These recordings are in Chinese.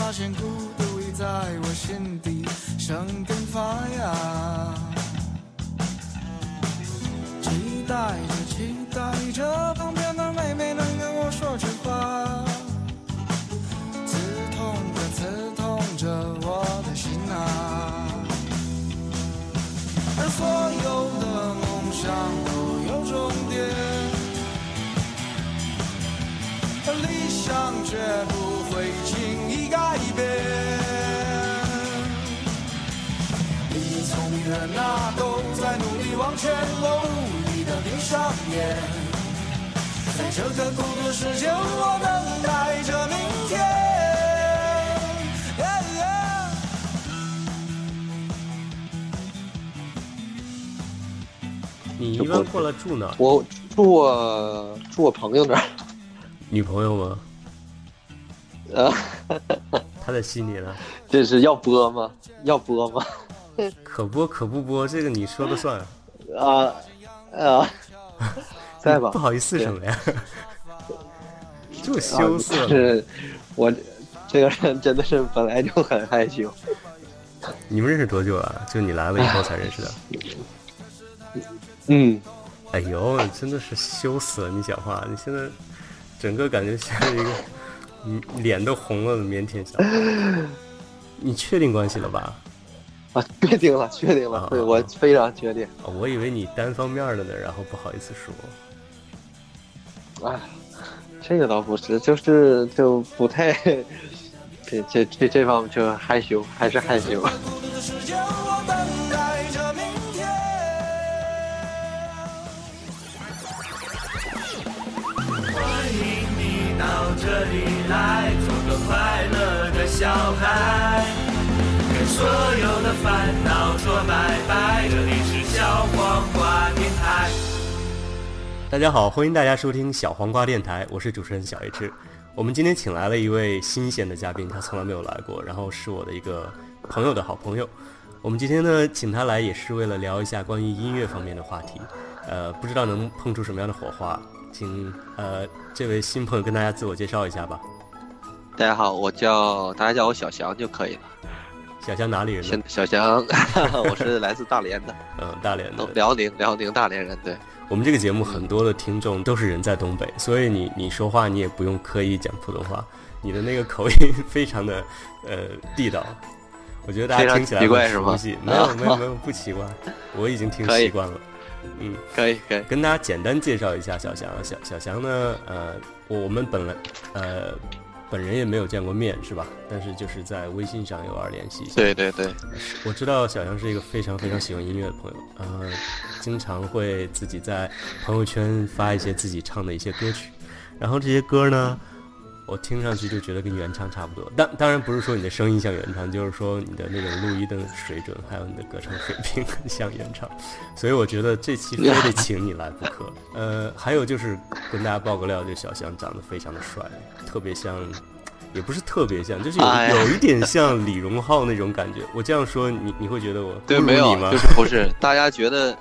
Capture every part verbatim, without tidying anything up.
发现孤独已在我心底生根发芽，期待着期待着旁边的妹妹能跟我说句话，刺痛着刺痛着我的心啊，而所有的梦想都有终点，而理想绝不会轻易改变。你聪明人啊，都在努力往前，我无力的闭上眼，在这个孤独世界，我等待着明天。 你一般过来住哪？ 我住我住我朋友那儿。 女朋友吗？ 啊， 他在悉尼呢。 这是要播吗？要播吗？ 可播可不播，这个你说了算。 啊啊，在吧？ 不好意思什么呀？这么羞涩、啊。 是，我这个人真的是本来就很害羞。 你们认识多久了？就你来了以后才认识的。 嗯。 哎呦，真的是羞死了！你讲话，你现在整个感觉像一个，嗯，脸都红了的腼腆小孩。你确定关系了吧？ 啊，确定了，确定了，啊、对我非常确定、 啊。我以为你单方面的呢，然后不好意思说。啊，这个倒不是，就是就不太，这这这这方面就害羞，还是害羞。 到这里来，做个快乐的小孩，跟所有的烦恼说拜拜。这里是小黄瓜电台。 大家好，欢迎大家收听小黄瓜电台，我是主持人小 H。我们今天请来了一位新鲜的嘉宾，他从来没有来过，然后是我的一个朋友的好朋友。我们今天呢，请他来也是为了聊一下关于音乐方面的话题，呃，不知道能碰出什么样的火花。请呃这位新朋友跟大家自我介绍一下吧。 大家好，我叫大家叫我小翔就可以了。 小翔哪里人呢？ 小翔，我是来自大连的。 嗯，大连的。 辽宁，辽宁大连人。对。 我们这个节目很多的听众都是人在东北，所以你你说话你也不用刻意讲普通话，你的那个口音非常的呃地道。我觉得大家听起来很熟悉。没有没有没有不奇怪，我已经听习惯了。嗯， 可以可以， 跟大家简单介绍一下小翔。小小翔呢，呃，我们本来呃本人也没有见过面，是吧？但是就是在微信上有点联系。 对对对， 我知道小翔是一个非常非常喜欢音乐的朋友，呃，经常会自己在朋友圈发一些自己唱的一些歌曲，然后这些歌呢，我听上去就觉得跟原唱差不多，当当然不是说你的声音像原唱，就是说你的那种录音的水准，还有你的歌唱水平很像原唱，所以我觉得这期非得请你来不可。呃，还有就是跟大家爆个料，就小翔长得非常的帅，特别像，也不是特别像，就是有、哎、有一点像李荣浩那种感觉。我这样说，你你会觉得我对没有？就是不是大家觉得，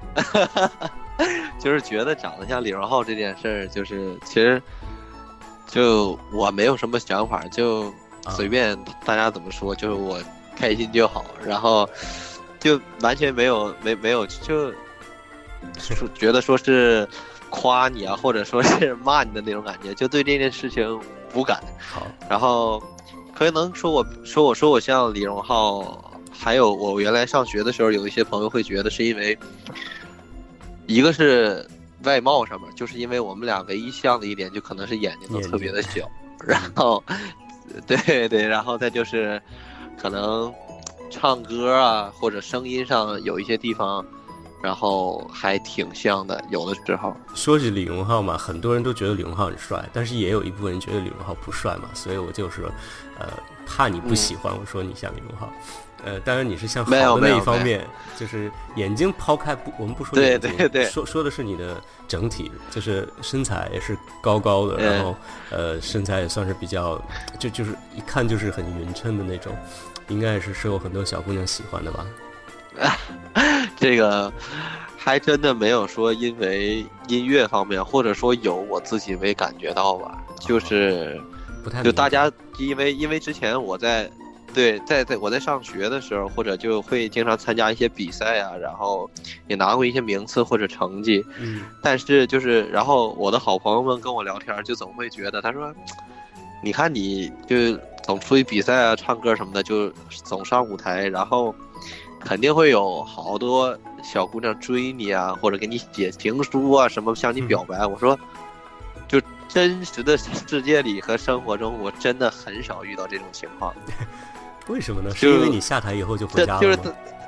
就是觉得长得像李荣浩这件事儿，就是其实。就我没有什么想法，就随便大家怎么说，就是我开心就好，然后就完全没有没没有就觉得说是夸你啊，或者说是骂你的那种感觉，就对这件事情无感。 好， 然后可能说我说我说我像李荣浩，还有我原来上学的时候，有一些朋友会觉得是因为一个是。外貌上面，就是因为我们俩唯一像的一点，就可能是眼睛都特别的小，然后，对对，然后再就是可能唱歌啊或者声音上有一些地方，然后还挺像的，有的时候。 说起李荣浩嘛，很多人都觉得李荣浩很帅，但是也有一部分人觉得李荣浩不帅嘛，所以我就是呃怕你不喜欢，嗯、我说你像李荣浩。呃，当然你是向好的那一方面，就是眼睛抛开不，我们不说眼睛， 对对对， 说说的是你的整体，就是身材也是高高的，然后呃身材也算是比较，就就是一看就是很匀称的那种，应该也是受很多小姑娘喜欢的吧？ 这个还真的没有说因为音乐方面，或者说有我自己没感觉到吧，就是不太就大家因为因为之前我在对在在我在上学的时候，或者就会经常参加一些比赛啊，然后也拿过一些名次或者成绩。 嗯， 但是就是然后我的好朋友们跟我聊天，就总会觉得他说，你看你就总出去比赛啊，唱歌什么的，就总上舞台，然后肯定会有好多小姑娘追你啊，或者给你写情书啊，什么向你表白。嗯、我说，就真实的世界里和生活中，我真的很少遇到这种情况。 为什么呢？是因为你下台以后就回家了吗？ 就是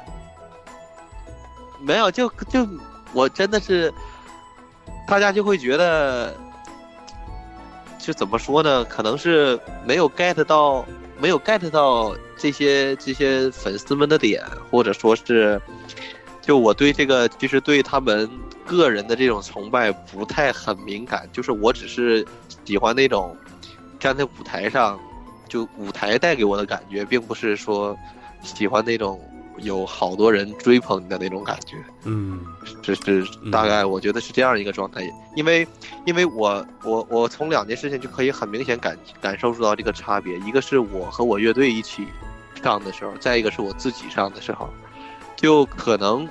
没有，就就我真的是，大家就会觉得，就怎么说呢？可能是没有 get 到，没有 get 到这些这些粉丝们的点，或者说是，就我对这个其实对他们个人的这种崇拜不太很敏感，就是我只是喜欢那种站在舞台上。就舞台带给我的感觉，并不是说喜欢那种有好多人追捧你的那种感觉。 嗯， 这是大概我觉得是这样一个状态。嗯、因为，因为我我我从两件事情就可以很明显感感受出到这个差别。一个是我和我乐队一起上的时候，再一个是我自己上的时候，就可能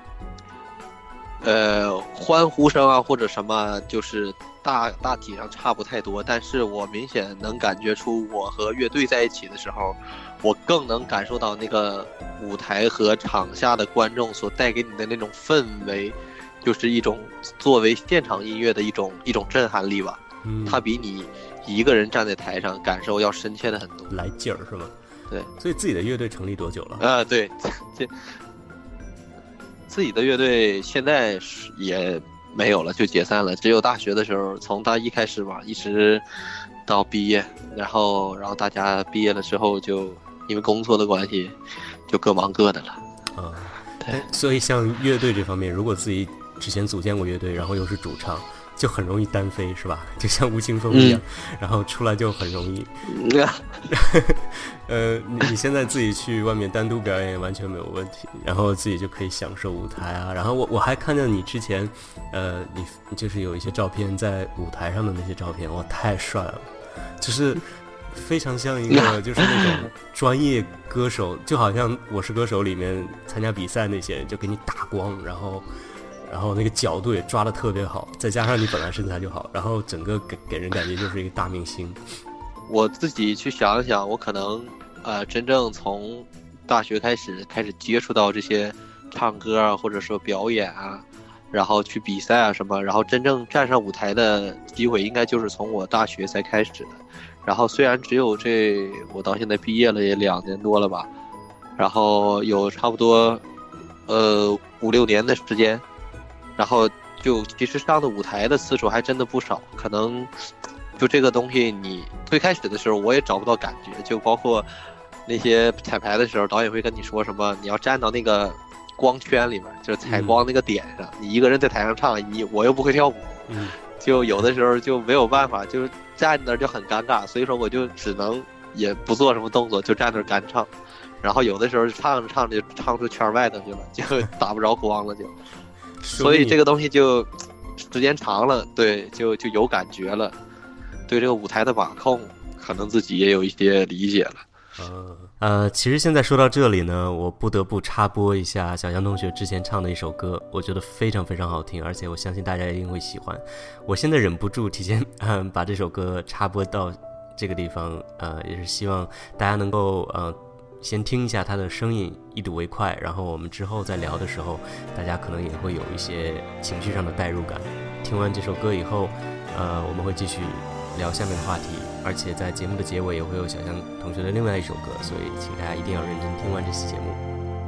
呃欢呼声啊或者什么就是。大大体上差不太多，但是我明显能感觉出我和乐队在一起的时候，我更能感受到那个舞台和场下的观众所带给你的那种氛围，就是一种作为现场音乐的一种一种震撼力吧。 嗯， 它比你一个人站在台上感受要深切的很多， 来劲儿是吗？ 对， 所以自己的乐队成立多久了？ 啊、呃，对，这自己的乐队现在也。没有了，就解散了。只有大学的时候，从大一开始吧，一直到毕业，然后，然后大家毕业了之后，就因为工作的关系，就各忙各的了。 啊， 对。 所以像乐队这方面，如果自己之前组建过乐队，然后又是主唱，就很容易单飞，是吧？就像吴青峰一样，嗯、然后出来就很容易。 嗯、 呃，你你现在自己去外面单独表演完全没有问题，然后自己就可以享受舞台啊。然后我我还看见你之前，呃，你就是有一些照片在舞台上的那些照片，哇，太帅了，就是非常像一个就是那种专业歌手，就好像《我是歌手》里面参加比赛那些人就给你打光，然后。然后那个角度也抓得特别好，再加上你本来身材就好，然后整个给给人感觉就是一个大明星。 我自己去想一想，我可能呃真正从大学开始开始接触到这些唱歌啊，或者说表演啊，然后去比赛啊什么，然后真正站上舞台的机会，应该就是从我大学才开始的。然后虽然只有这，我到现在毕业了也两年多了吧，然后有差不多呃五六年的时间。然后就其实上的舞台的次数还真的不少，可能就这个东西你最开始的时候我也找不到感觉，就包括那些彩排的时候，导演会跟你说什么，你要站到那个光圈里面，就是采光那个点上，嗯、你一个人在台上唱，你我又不会跳舞， 嗯， 就有的时候就没有办法，就站那儿就很尴尬，所以说我就只能也不做什么动作，就站那儿干唱，然后有的时候唱着唱着就唱出圈外头去了，就打不着光了就。所以这个东西就时间长了，对，就就有感觉了，对这个舞台的把控，可能自己也有一些理解了。 呃呃，其实现在说到这里呢，我不得不插播一下小杨同学之前唱的一首歌，我觉得非常非常好听，而且我相信大家一定会喜欢。我现在忍不住提前嗯、呃、把这首歌插播到这个地方，呃，也是希望大家能够呃。先听一下他的声音，一睹为快，然后我们之后再聊的时候，大家可能也会有一些情绪上的代入感。听完这首歌以后，呃，我们会继续聊下面的话题，而且在节目的结尾也会有小杨同学的另外一首歌，所以请大家一定要认真听完这期节目。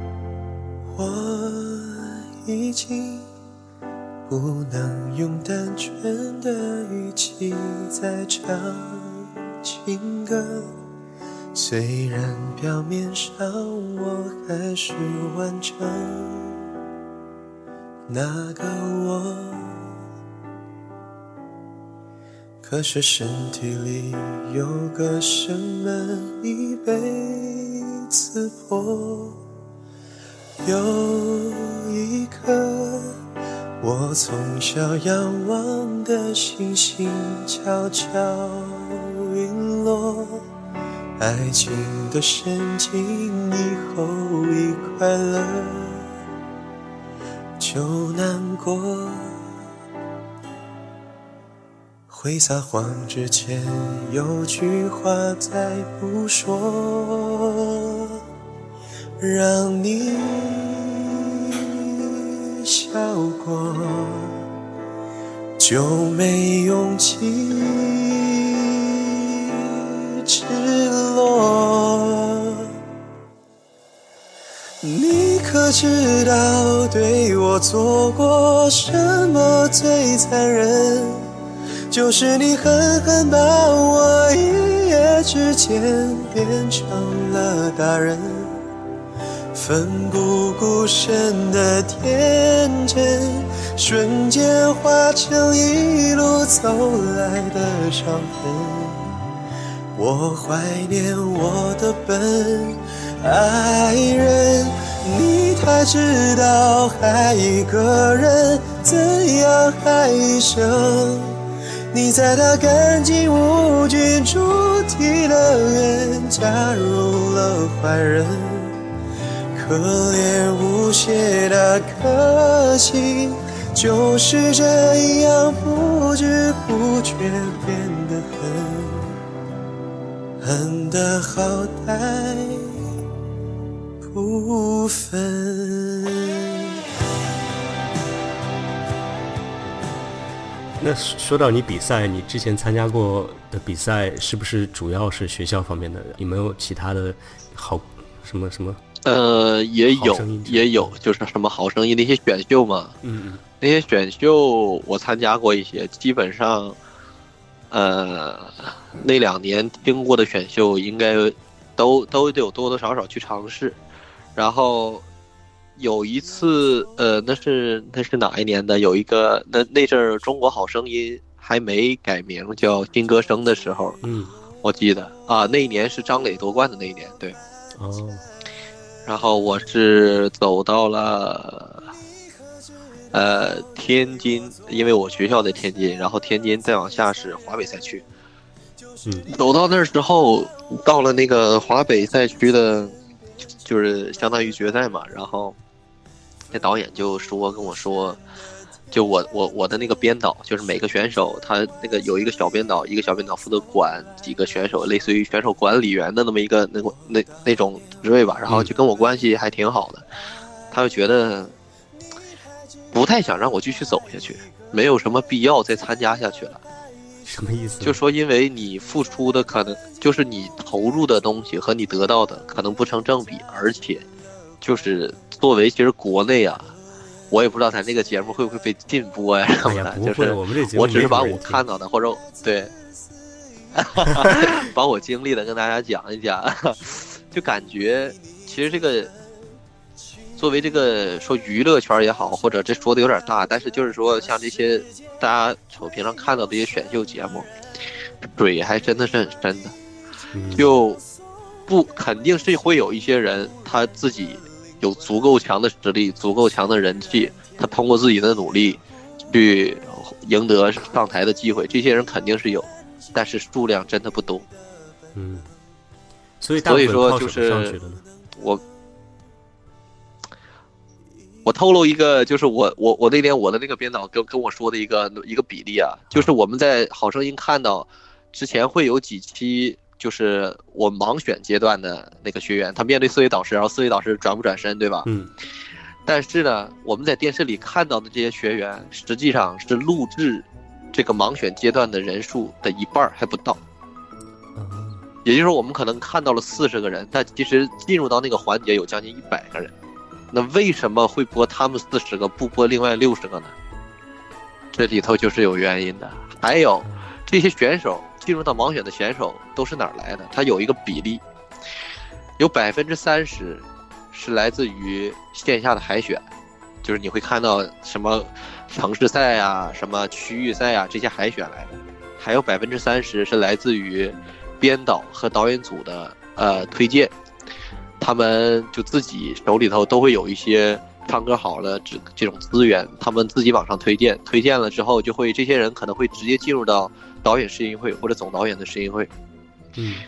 我已经不能用单纯的语气再唱情歌，虽然表面上我还是完成那个我，可是身体里有个什么已被刺破。有一刻我从小仰望的星星悄悄陨落， 爱情的深情以后一快乐就难过，会撒谎之前有句话再不说，让你笑过就没勇气赤裸。你可知道对我做过什么最残忍？就是你狠狠把我一夜之间变成了大人，奋不顾身的天真，瞬间化成一路走来的伤痕。我怀念我的笨爱人，你才知道爱一个人怎样爱一生。你在他干净无菌主题乐园加入了坏人，可怜无邪的颗心就是这样不知不觉变得恨，恨得好歹不分。 那说到你比赛，你之前参加过的比赛是不是主要是学校方面的？有没有其他的好什么什么？ 呃，也有也有，就是什么好声音那些选秀嘛， 嗯嗯， 那些选秀我参加过一些，基本上，呃，那两年听过的选秀应该都都得有多多少少去尝试，然后。有一次，呃，那是那是哪一年的？有一个那那阵儿《中国好声音》还没改名叫新歌声的时候， 嗯， 我记得啊，那一年是张磊夺冠的那一年，对。 哦。 然后我是走到了，呃，天津，因为我学校在天津，然后天津再往下是华北赛区。 嗯， 走到那儿之后，到了那个华北赛区的，就是相当于决赛嘛，然后。那导演就说跟我说，就我我我的那个编导，就是每个选手他那个有一个小编导，一个小编导负责管几个选手，类似于选手管理员的那么一个那个那那种职位吧，然后就跟我关系还挺好的，他就觉得不太想让我继续走下去，没有什么必要再参加下去了。 什么意思？ 就说因为你付出的可能就是你投入的东西和你得到的可能不成正比，而且就是作为其实国内啊，我也不知道咱这个节目会不会被禁播呀什么的，就是我只是把我看到的或者对，把我经历的跟大家讲一讲，就感觉其实这个作为这个说娱乐圈也好，或者这说的有点大，但是就是说像这些大家我平常看到的这些选秀节目，水还真的是很深的，就不肯定是会有一些人他自己有足够强的实力，足够强的人气，他通过自己的努力去赢得上台的机会，这些人肯定是有，但是数量真的不多。 嗯，所以大部分靠什么上去的呢？ 我我透露一个，就是我我我那天我的那个编导跟跟我说的一个一个比例啊，就是我们在好声音看到之前会有几期。就是我盲选阶段的那个学员，他面对四位导师，然后四位导师转不转身，对吧？ 嗯。 但是呢，我们在电视里看到的这些学员，实际上是录制这个盲选阶段的人数的一半还不到。 嗯。 也就是说，我们可能看到了四十个人，但其实进入到那个环节有将近一百个人。那为什么会播他们四十个，不播另外六十个呢？这里头就是有原因的。还有这些选手。进入到盲选的选手都是哪儿来的？他有一个比例，有百分之三十是来自于线下的海选，就是你会看到什么城市赛啊、什么区域赛啊这些海选来的，还有百分之三十是来自于编导和导演组的呃推荐，他们就自己手里头都会有一些唱歌好了这这种资源，他们自己往上推荐，推荐了之后就会这些人可能会直接进入到。导演试映会或者总导演的试映会， 嗯，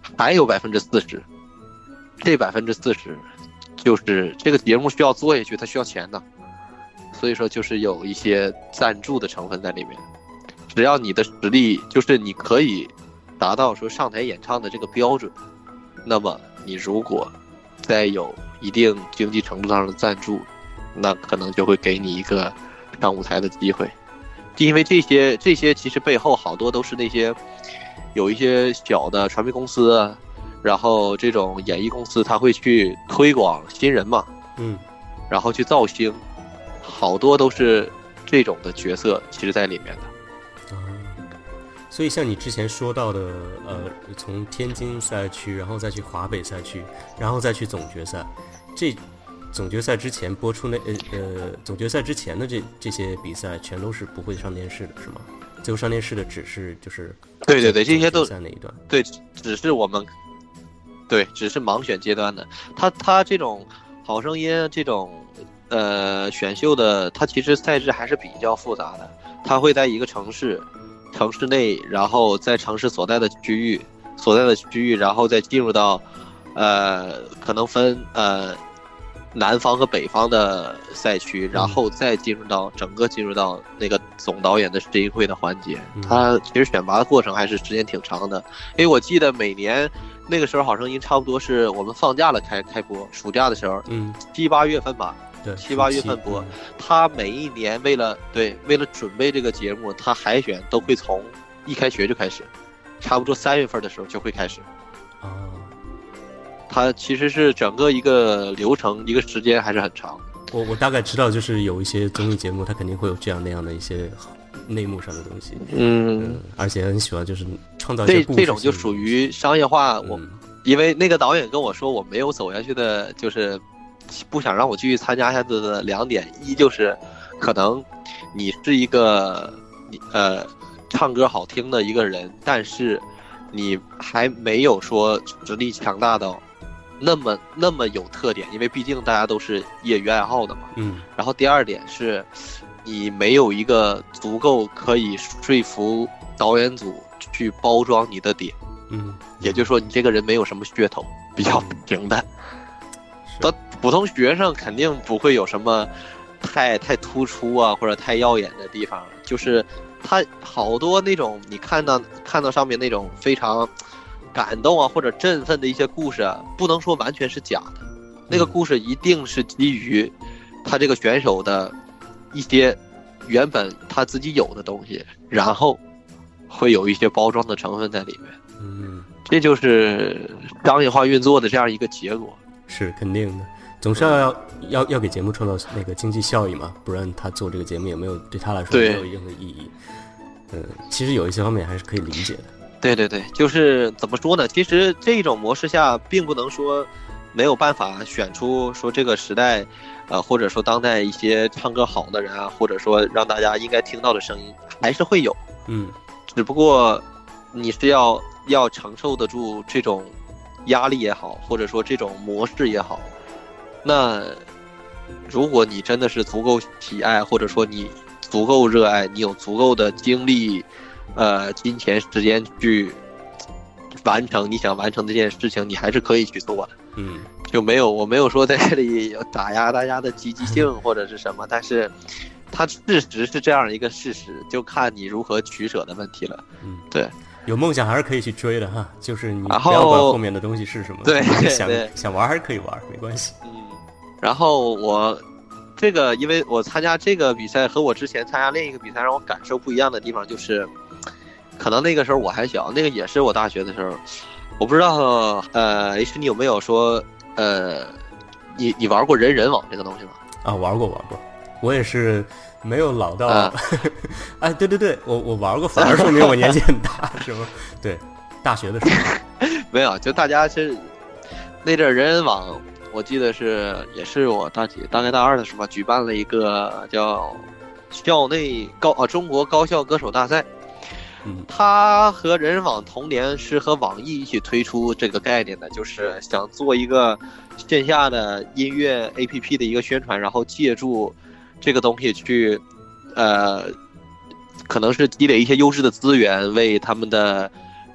还有百分之四十，这百分之四十就是这个节目需要做下去，它需要钱的，所以说就是有一些赞助的成分在里面。只要你的实力就是你可以达到说上台演唱的这个标准，那么你如果再有一定经济程度上的赞助，那可能就会给你一个上舞台的机会。因为这些这些其实背后好多都是那些有一些小的传媒公司，然后这种演艺公司他会去推广新人嘛， 嗯， 然后去造星，好多都是这种的角色其实在里面的。 所以像你之前说到的，呃，从天津赛区，然后再去华北赛区，然后再去总决赛，这总决赛之前播出那呃呃总决赛之前的这这些比赛全都是不会上电视的，是吗？最后上电视的只是就是对对对，这些都在那一段， 对，只是我们对只是盲选阶段的。他他这种好声音这种呃选秀的，它其实赛制还是比较复杂的，它会在一个城市。城市内，然后在城市所在的区域，所在的区域，然后再进入到，呃，可能分呃南方和北方的赛区，然后再进入到整个进入到那个总导演的试音会的环节。它其实选拔的过程还是时间挺长的，因为我记得每年那个时候好声音差不多是我们放假了开开播，暑假的时候，嗯，七八月份吧。 对， 七八月份播，他每一年为了对为了准备这个节目，他海选都会从一开学就开始，差不多三月份的时候就会开始。 哦， 他其实是整个一个流程，一个时间还是很长。 我我大概知道，就是有一些综艺节目，它肯定会有这样那样的一些内幕上的东西。 嗯， 嗯而且很喜欢就是创造一些这这种就属于商业化。我、嗯、因为那个导演跟我说，我没有走下去的，就是。不想让我继续参加下去的两点，一就是可能你是一个你呃唱歌好听的一个人，但是你还没有说实力强大到那么那么有特点，因为毕竟大家都是业余爱好的嘛。 嗯。 然后第二点是，你没有一个足够可以说服导演组去包装你的点。 嗯。 也就是说，你这个人没有什么噱头，比较平淡。到普通学生肯定不会有什么太太突出啊或者太耀眼的地方，就是他好多那种你看到看到上面那种非常感动啊或者振奋的一些故事啊，不能说完全是假的，那个故事一定是基于他这个选手的一些原本他自己有的东西，然后会有一些包装的成分在里面。 嗯， 这就是商业化运作的这样一个结果。 是肯定的，总是要要要给节目创造那个经济效益嘛，不然他做这个节目也没有对他来说没有任何意义。嗯，其实有一些方面还是可以理解的。 对对对，就是怎么说呢？其实这种模式下，并不能说没有办法选出说这个时代，呃，或者说当代一些唱歌好的人啊，或者说让大家应该听到的声音，还是会有。 嗯， 只不过你是要要承受得住这种。压力也好，或者说这种模式也好，那如果你真的是足够喜爱，或者说你足够热爱，你有足够的精力、呃金钱、时间去完成你想完成这件事情，你还是可以去做的。 嗯， 就没有我没有说在这里打压大家的积极性或者是什么，但是它事实是这样一个事实，就看你如何取舍的问题了。 嗯， 对。 有梦想还是可以去追的哈，就是你不要管后面的东西是什么， 对， 想想玩还是可以玩，没关系。 嗯，然后我这个，因为我参加这个比赛和我之前参加另一个比赛让我感受不一样的地方，就是可能那个时候我还小，那个也是我大学的时候，我不知道呃 H 你有没有说呃你你玩过人人网这个东西吗？ 啊，玩过玩过，我也是。没有老到，啊、哎，对对对，我我玩过，反而说明我年纪很大，是吗？对，大学的时候没有，就大家是那阵人人网，我记得是也是我大几大概大二的时候举办了一个叫校内高啊中国高校歌手大赛。 嗯， 他和人人网同年是和网易一起推出这个概念的，就是想做一个线下的音乐 A P P 的一个宣传，然后借助。这个东西去，呃，可能是积累一些优质的资源，为他们的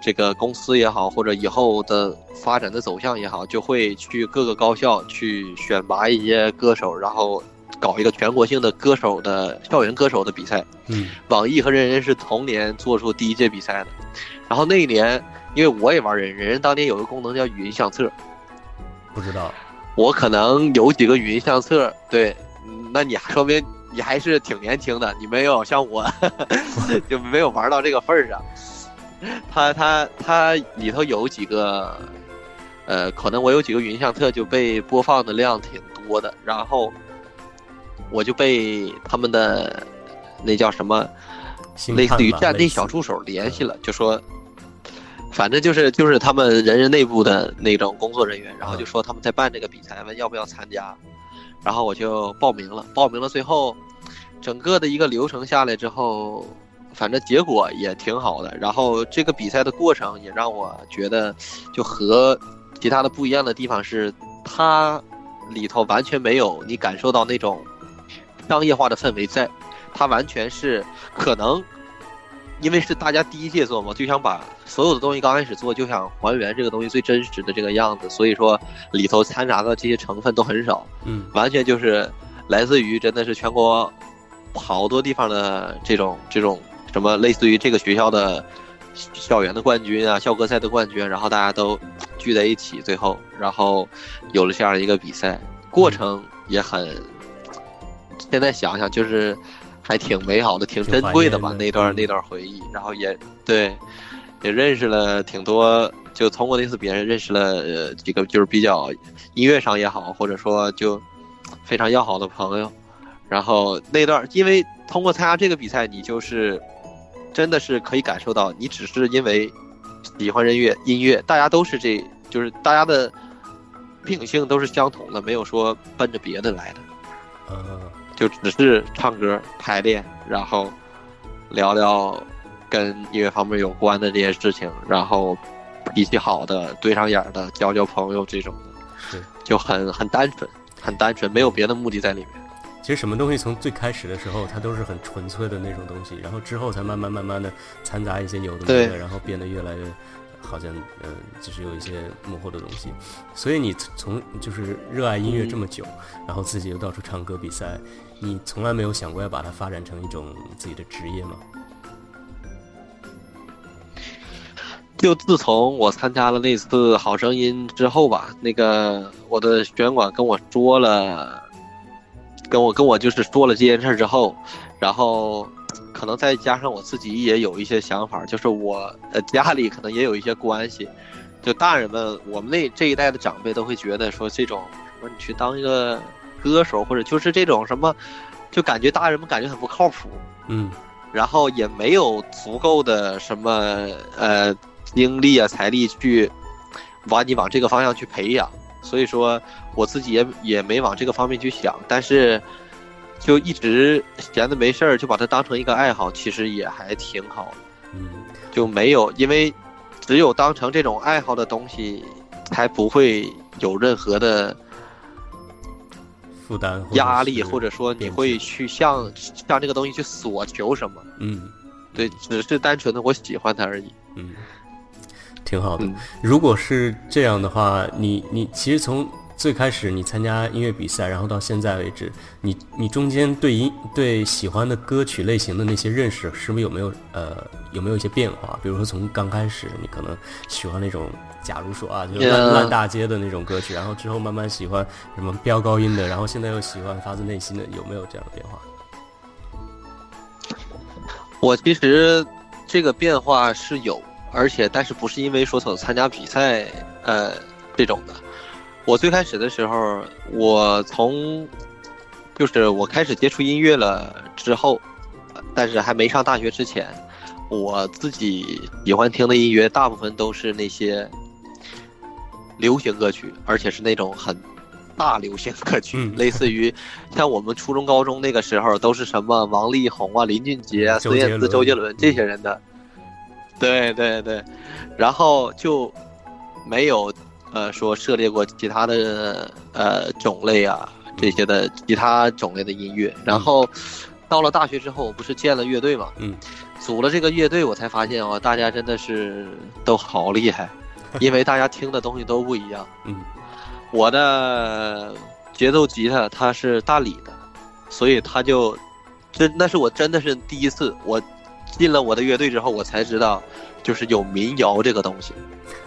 这个公司也好，或者以后的发展的走向也好，就会去各个高校去选拔一些歌手，然后搞一个全国性的歌手的校园歌手的比赛。 嗯， 网易和人人是同年做出第一届比赛的。然后那一年，因为我也玩人人，人人当年有个功能叫语音相册， 不知道。 我可能有几个语音相册，对，那你说明你还是挺年轻的，你没有像我就没有玩到这个份儿上。他他他里头有几个，呃，可能我有几个语音相册就被播放的量挺多的，然后我就被他们的那叫什么，类似于战地小助手联系了，就说。反正就是就是他们人人内部的那种工作人员，然后就说他们在办这个比赛，问要不要参加，然后我就报名了，报名了，最后整个的一个流程下来之后，反正结果也挺好的，然后这个比赛的过程也让我觉得就和其他的不一样的地方是，它里头完全没有你感受到那种商业化的氛围在，它完全是可能因为是大家第一届做嘛，就想把所有的东西刚开始做就想还原这个东西最真实的这个样子，所以说里头掺杂的这些成分都很少， 嗯， 完全就是来自于真的是全国好多地方的这种这种什么类似于这个学校的校园的冠军啊，校歌赛的冠军，然后大家都聚在一起，最后然后有了这样一个比赛，过程也很，现在想想就是还挺美好的，挺珍贵的吧，那段那段回忆，然后也对，也认识了挺多，就通过那次比赛认识了呃几个就是比较音乐上也好，或者说就非常要好的朋友，然后那段因为通过参加这个比赛，你就是真的是可以感受到，你只是因为喜欢音乐，音乐大家都是这，就是大家的秉性都是相同的，没有说奔着别的来的， 嗯。 就只是唱歌排练，然后聊聊跟音乐方面有关的这些事情，然后脾气好的对上眼的交交朋友，这种的是就很很单纯很单纯，没有别的目的在里面。 其实什么东西从最开始的时候它都是很纯粹的那种东西，然后之后才慢慢慢慢的掺杂一些有的没的，然后变得越来越好像嗯、呃，就是有一些幕后的东西。所以你从就是热爱音乐这么久、嗯、然后自己又到处唱歌比赛，你从来没有想过要把它发展成一种自己的职业吗？ 就自从我参加了那次好声音之后吧，那个我的选管跟我说了，跟我跟我就是说了这件事之后，然后可能再加上我自己也有一些想法，就是我呃家里可能也有一些关系，就大人们我们那这一代的长辈都会觉得说这种什么你去当一个歌手或者就是这种什么，就感觉大人们感觉很不靠谱， 嗯， 然后也没有足够的什么呃精力啊财力去往你往这个方向去培养，所以说我自己也也没往这个方面去想，但是就一直闲着没事儿就把它当成一个爱好，其实也还挺好的， 嗯， 就没有，因为只有当成这种爱好的东西，才不会有任何的负担压力，或者说你会去向向这个东西去索求什么， 嗯， 对，只是单纯的我喜欢它而已， 嗯，挺好的。 嗯、 如果是这样的话，你你其实从最开始你参加音乐比赛，然后到现在为止，你你中间对音对喜欢的歌曲类型的那些认识，是不是有没有呃有没有一些变化？比如说从刚开始你可能喜欢那种，假如说啊，就是烂烂大街的那种歌曲，然后之后慢慢喜欢什么飙高音的，然后现在又喜欢发自内心的，有没有这样的变化？ 我其实这个变化是有，而且但是不是因为说从参加比赛呃这种的。我最开始的时候，我从就是我开始接触音乐了之后，但是还没上大学之前，我自己喜欢听的音乐大部分都是那些流行歌曲，而且是那种很大流行歌曲，嗯、类似于像我们初中高中那个时候都是什么王力宏啊、林俊杰啊、孙燕姿、周杰伦这些人的，对对对，然后就没有呃说涉猎过其他的呃种类啊这些的其他种类的音乐，然后到了大学之后，不是建了乐队嘛， 嗯， 组了这个乐队，我才发现哦，大家真的是都好厉害，因为大家听的东西都不一样。 嗯， 我的节奏吉他它是大理的，所以他就，这那是我真的是第一次，我进了我的乐队之后，我才知道，就是有民谣这个东西。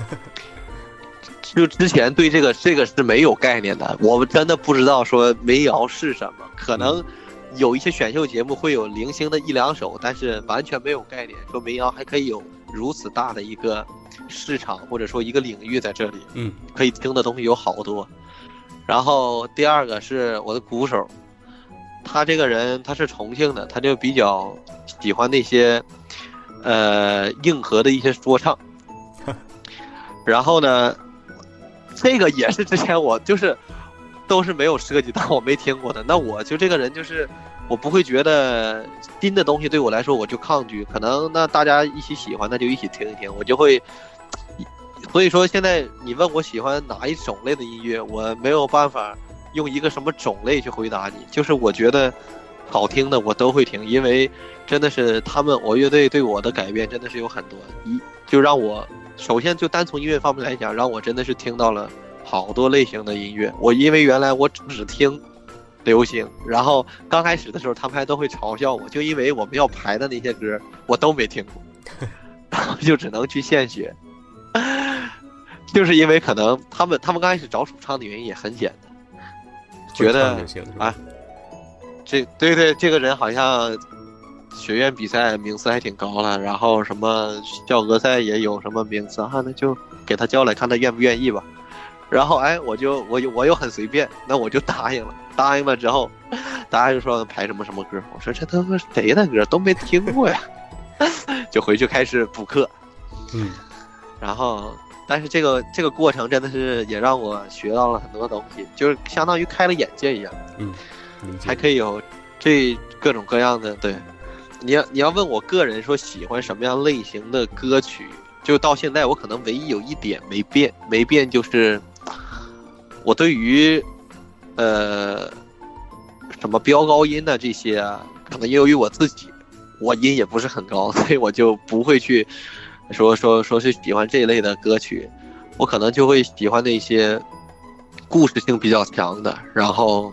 就之前对这个这个是没有概念的，我们真的不知道说民谣是什么，可能有一些选秀节目会有零星的一两首，但是完全没有概念，说民谣还可以有如此大的一个市场或者说一个领域在这里， 嗯， 可以听的东西有好多。然后第二个是我的鼓手，他这个人他是重庆的，他就比较喜欢那些呃硬核的一些说唱，然后呢。这个也是之前我就是都是没有涉及到我没听过的，那我就这个人就是我不会觉得新的东西对我来说我就抗拒，可能那大家一起喜欢那就一起听一听，我就会，所以说现在你问我喜欢哪一种类的音乐，我没有办法用一个什么种类去回答你，就是我觉得好听的我都会听，因为真的是他们我乐队对我的改变真的是有很多，一就让我首先就单从音乐方面来讲，让我真的是听到了好多类型的音乐。我因为原来我只听流行，然后刚开始的时候他们还都会嘲笑我，就因为我们要排的那些歌我都没听过，然后就只能去现学。就是因为可能他们他们刚开始找主唱的原因也很简单，觉得啊，这对对这个人好像学院比赛名次还挺高了，然后什么校歌赛也有什么名次啊，那就给他叫来看他愿不愿意吧。然后哎，我就我我又很随便，那我就答应了。答应了之后，大家就说排什么什么歌，我说这他妈谁的歌都没听过呀，就回去开始补课。 嗯， 然后但是这个这个过程真的是也让我学到了很多东西，就是相当于开了眼界一样。 嗯， 还可以有这各种各样的对。你要你要问我个人说喜欢什么样类型的歌曲，就到现在我可能唯一有一点没变，没变就是我对于呃什么飙高音的这些啊，可能由于我自己我音也不是很高，所以我就不会去说说说是喜欢这一类的歌曲，我可能就会喜欢那些故事性比较强的，然后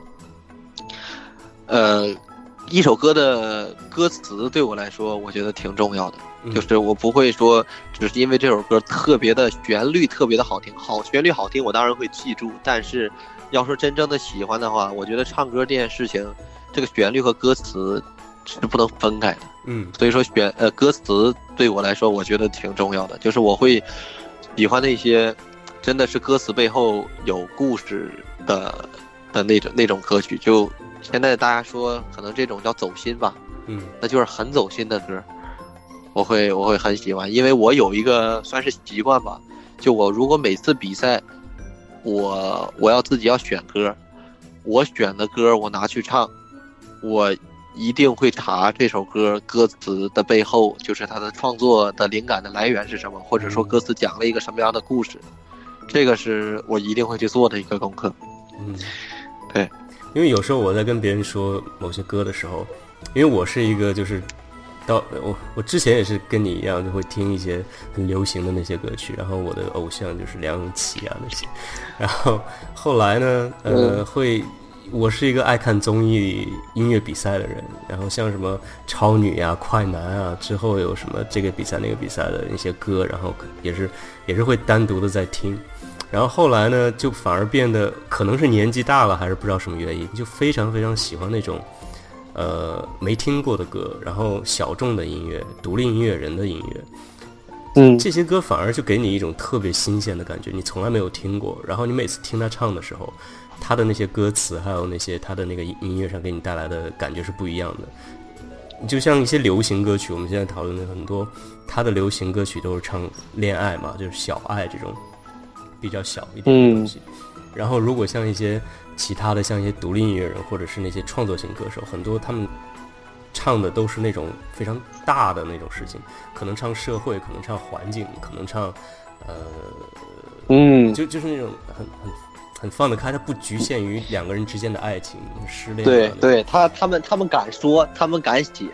呃。一首歌的歌词对我来说我觉得挺重要的，就是我不会说只是因为这首歌特别的旋律特别的好听，好旋律好听我当然会记住，但是要说真正的喜欢的话，我觉得唱歌这件事情这个旋律和歌词是不能分开的。 嗯， 所以说选呃歌词对我来说我觉得挺重要的，就是我会喜欢那些真的是歌词背后有故事的的那种那种歌曲，就现在大家说可能这种叫走心吧， 嗯， 那就是很走心的歌，我会我会很喜欢，因为我有一个算是习惯吧，就我如果每次比赛，我我要自己要选歌，我选的歌我拿去唱，我一定会查这首歌歌词的背后，就是它的创作的灵感的来源是什么，或者说歌词讲了一个什么样的故事，这个是我一定会去做的一个功课。 嗯， 对。 因为有时候我在跟别人说某些歌的时候，因为我是一个就是到我我之前也是跟你一样，就会听一些很流行的那些歌曲，然后我的偶像就是梁咏琪啊那些，然后后来呢，呃，会我是一个爱看综艺音乐比赛的人，然后像什么超女啊、快男啊，之后有什么这个比赛那个比赛的一些歌，然后也是也是会单独的在听。然后后来呢，就反而变得可能是年纪大了，还是不知道什么原因，就非常非常喜欢那种，呃，没听过的歌，然后小众的音乐、独立音乐人的音乐， 嗯， 这些歌反而就给你一种特别新鲜的感觉，你从来没有听过，然后你每次听他唱的时候，他的那些歌词，还有那些他的那个音乐上给你带来的感觉是不一样的。就像一些流行歌曲，我们现在讨论的很多，他的流行歌曲都是唱恋爱嘛，就是小爱这种。比较小一点的东西，嗯，然后如果像一些其他的，像一些独立音乐人或者是那些创作型歌手，很多他们唱的都是那种非常大的那种事情，可能唱社会，可能唱环境，可能唱呃， 嗯， 就就是那种很很很放得开，它不局限于两个人之间的爱情、失恋。 对对，他他们他们敢说，他们敢写，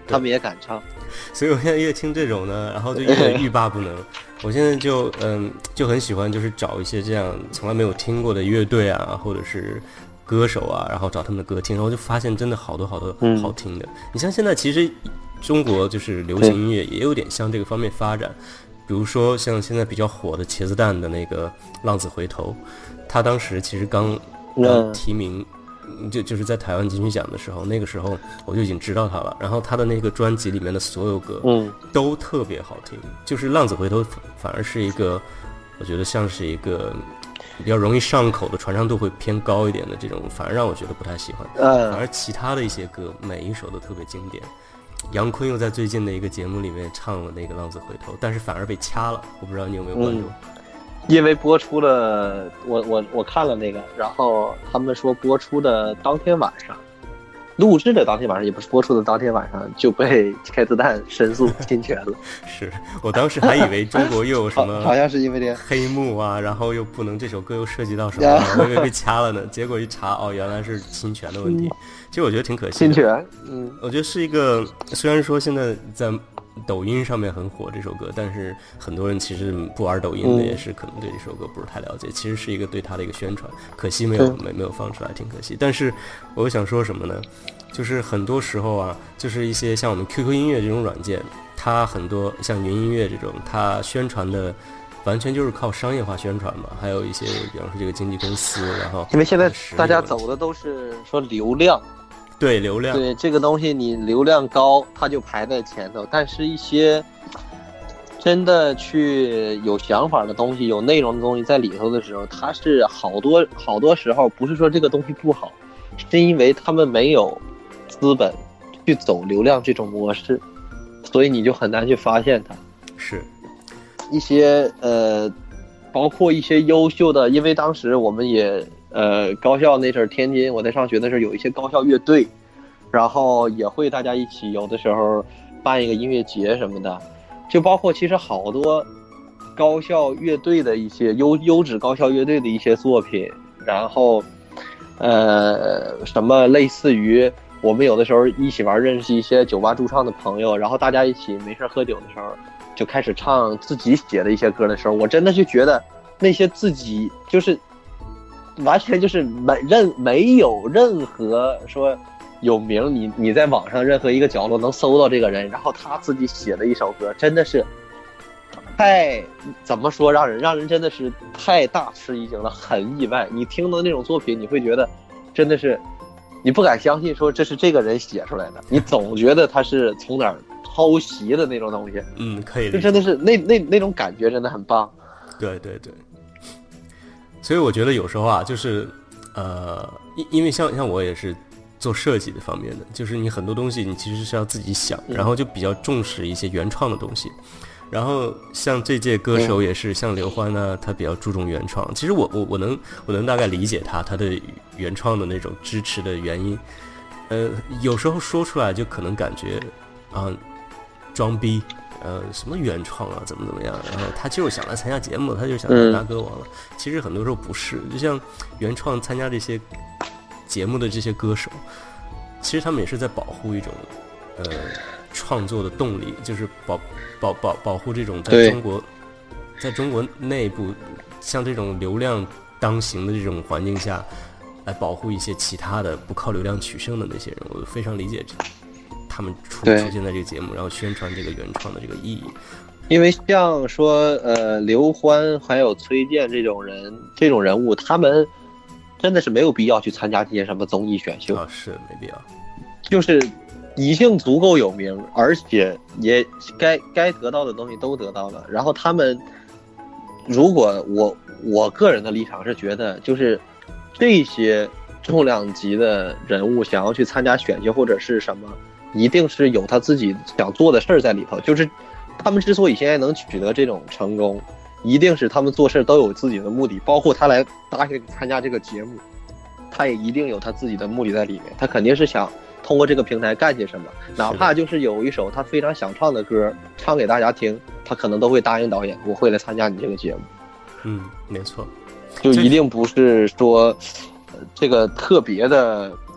他们也敢唱。 所以我现在越听这种呢，然后就越欲罢不能。我现在就嗯就很喜欢，就是找一些这样从来没有听过的乐队啊，或者是歌手啊，然后找他们的歌听，然后就发现真的好多好多好听的。嗯、你像现在其实中国就是流行音乐也有点向这个方面发展，比如说像现在比较火的茄子蛋的那个《浪子回头》，他当时其实刚刚提名。就就是在台湾金曲奖的时候，那个时候我就已经知道他了。然后他的那个专辑里面的所有歌，嗯，都特别好听。就是《浪子回头》反而是一个，我觉得像是一个比较容易上口的，传唱度会偏高一点的这种，反而让我觉得不太喜欢。嗯，反而其他的一些歌，每一首都特别经典。杨坤又在最近的一个节目里面唱了那个《浪子回头》，但是反而被掐了。我不知道你有没有关注。嗯， 因为播出了，我我我看了那个，然后他们说播出的当天晚上，录制的当天晚上，也不是播出的当天晚上就被茄子蛋申诉侵权了。 是我当时还以为中国又有什么好，好像是因为这黑幕啊，然后又不能这首歌又涉及到什么，我以为被掐了呢。结果一查，哦，原来是侵权的问题。嗯、其实我觉得挺可惜的。 侵权，嗯， 我觉得是一个，虽然说现在在抖音上面很火这首歌，但是很多人其实不玩抖音的也是可能对这首歌不是太了解，嗯、其实是一个对他的一个宣传，可惜没有没没有放出来，挺可惜。但是我想说什么呢？就是很多时候啊，就是一些像我们 Q Q 音乐这种软件，它很多像云音乐这种，它宣传的完全就是靠商业化宣传嘛，还有一些比方说这个经纪公司，然后因为现在大家走的都是说流量。 对流量， 对这个东西，你流量高，它就排在前头。但是，一些真的去有想法的东西、有内容的东西在里头的时候，它是好多好多时候不是说这个东西不好，是因为他们没有资本去走流量这种模式，所以你就很难去发现它。 是一些呃，包括一些优秀的，因为当时我们也。呃，高校那阵儿，天津我在上学的时候，有一些高校乐队，然后也会大家一起，有的时候办一个音乐节什么的，就包括其实好多高校乐队的一些优优质高校乐队的一些作品，然后呃，什么类似于我们有的时候一起玩，认识一些酒吧驻唱的朋友，然后大家一起没事喝酒的时候，就开始唱自己写的一些歌的时候，我真的就觉得那些自己就是。完全就是没任没有任何说有名，你你在网上任何一个角落能搜到这个人，然后他自己写的一首歌，真的是太怎么说，让人让人真的是太大吃一惊了，很意外。你听到那种作品，你会觉得真的是你不敢相信，说这是这个人写出来的，你总觉得他是从哪儿抄袭的那种东西。 嗯，可以理解， 就真的是那那那种感觉真的很棒。 对对对。所以我觉得有时候啊，就是，呃，因因为像像我也是做设计的方面的，就是你很多东西你其实是要自己想，然后就比较重视一些原创的东西。然后像这届歌手也是，像刘欢呢，他比较注重原创。其实我我我能我能大概理解他他的原创的那种支持的原因。呃，有时候说出来就可能感觉啊、呃、装逼。呃，什么原创啊，怎么怎么样？然后他就是想来参加节目，他就想来拿歌王了。嗯、其实很多时候不是，就像原创参加这些节目的这些歌手，其实他们也是在保护一种呃创作的动力，就是保保保保护这种在中国在中国内部像这种流量当行的这种环境下，来保护一些其他的不靠流量取胜的那些人，我非常理解这。他们出出现在这个节目，然后宣传这个原创的这个意义。 因为像说呃刘欢还有崔健这种人这种人物，他们真的是没有必要去参加这些什么综艺选秀啊，是没必要。 就是已经足够有名，而且也该该得到的东西都得到了。然后他们，如果我我个人的立场是觉得，就是这些重量级的人物想要去参加选秀或者是什么。一定是有他自己想做的事儿在里头，就是他们之所以现在能取得这种成功，一定是他们做事都有自己的目的，包括他来答应参加这个节目，他也一定有他自己的目的在里面，他肯定是想通过这个平台干些什么，哪怕就是有一首他非常想唱的歌唱给大家听，他可能都会答应导演我会来参加你这个节目。 嗯，没错， 就一定不是说、呃、这个特别的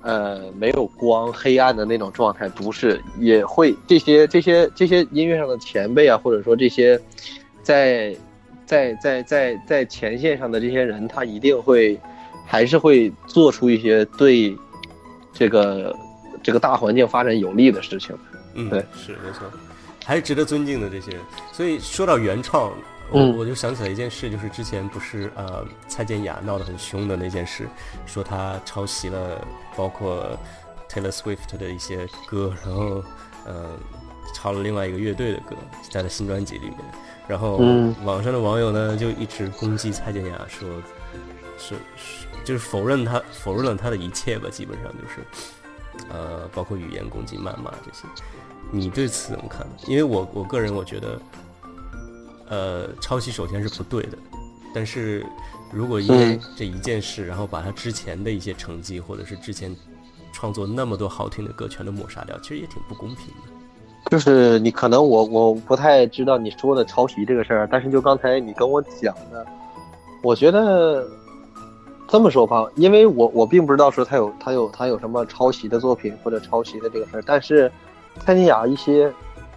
呃没有光黑暗的那种状态，不是，也会这些这些这些音乐上的前辈啊，或者说这些在在在在在前线上的这些人，他一定会还是会做出一些对这个这个大环境发展有利的事情。 嗯， 对， 是没错，还是值得尊敬的这些人。所以说到原创，我、 嗯、 我就想起来一件事，就是之前不是呃蔡健雅闹得很凶的那件事，说她抄袭了包括 Taylor Swift 的一些歌，然后呃抄了另外一个乐队的歌，在她新专辑里面。然后网上的网友呢就一直攻击蔡健雅，说是是就是否认她否认了她的一切吧，基本上就是呃包括语言攻击、谩骂这些。你对此怎么看呢？因为我我个人我觉得，呃，抄袭首先是不对的，但是如果因为这一件事，然后把他之前的一些成绩，或者是之前创作那么多好听的歌全都抹杀掉，其实也挺不公平的。 就是你可能我我不太知道你说的抄袭这个事儿，但是就刚才你跟我讲的，我觉得这么说吧，因为我我并不知道说他有他有他有什么抄袭的作品或者抄袭的这个事儿，但是蔡健雅一些，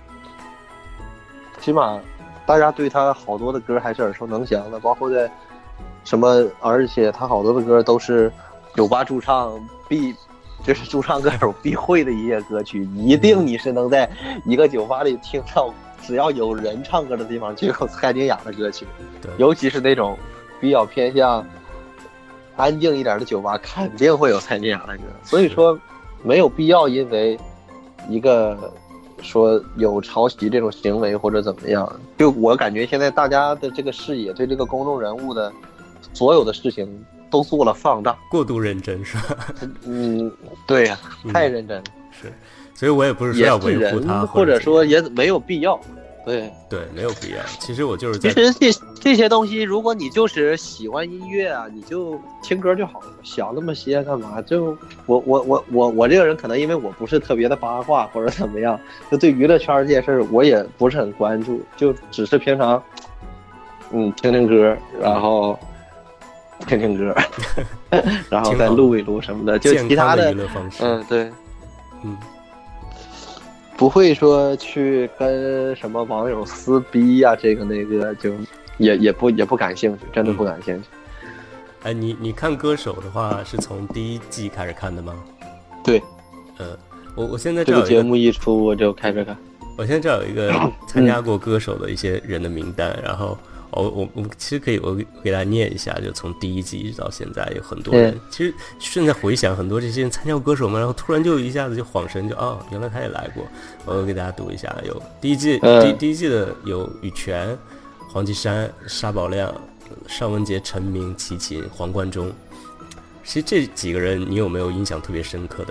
起码大家对他好多的歌还是耳熟能详的，包括在什么，而且他好多的歌都是酒吧驻唱必，就是驻唱歌手必会的一些歌曲，一定你是能在一个酒吧里听到，只要有人唱歌的地方就有蔡健雅的歌曲，尤其是那种比较偏向安静一点的酒吧，肯定会有蔡健雅的歌，所以说没有必要因为一个说有抄袭这种行为或者怎么样，就我感觉现在大家的这个视野对这个公众人物的所有的事情都做了放大， 过度认真是吧？ 嗯，对呀、啊，太认真、 嗯、是，所以我也不是说要维护他， 或者说也没有必要。对对，没有必要。其实我就是在， 其实这这些东西，如果你就是喜欢音乐啊，你就听歌就好了，想那么些干嘛？就我我我我我这个人可能因为我不是特别的八卦或者怎么样，就对娱乐圈这件事儿我也不是很关注，就只是平常嗯听听歌，然后听听歌，然后再录一录什么的，就其他的娱乐方式。 嗯，对， 嗯。 不会说去跟什么网友撕逼呀、啊，这个那个就也也不也不感兴趣，真的不感兴趣。 嗯、哎，你你看歌手的话，是从第一季开始看的吗？ 对， 呃，我我现在这个节目一出我就开始看。 我现在这有一个参加过歌手的一些人的名单，嗯、然后。我我我其实可以我给大家念一下，就从第一季一直到现在有很多人，嗯、其实现在回想很多这些人参加过歌手嘛，然后突然就一下子就恍神，就哦，原来他也来过。我给大家读一下，有第一季、嗯、第第一季的有羽泉、黄绮珊、沙宝亮、尚雯婕、陈明、齐秦、黄贯中。其实这几个人你有没有印象特别深刻的？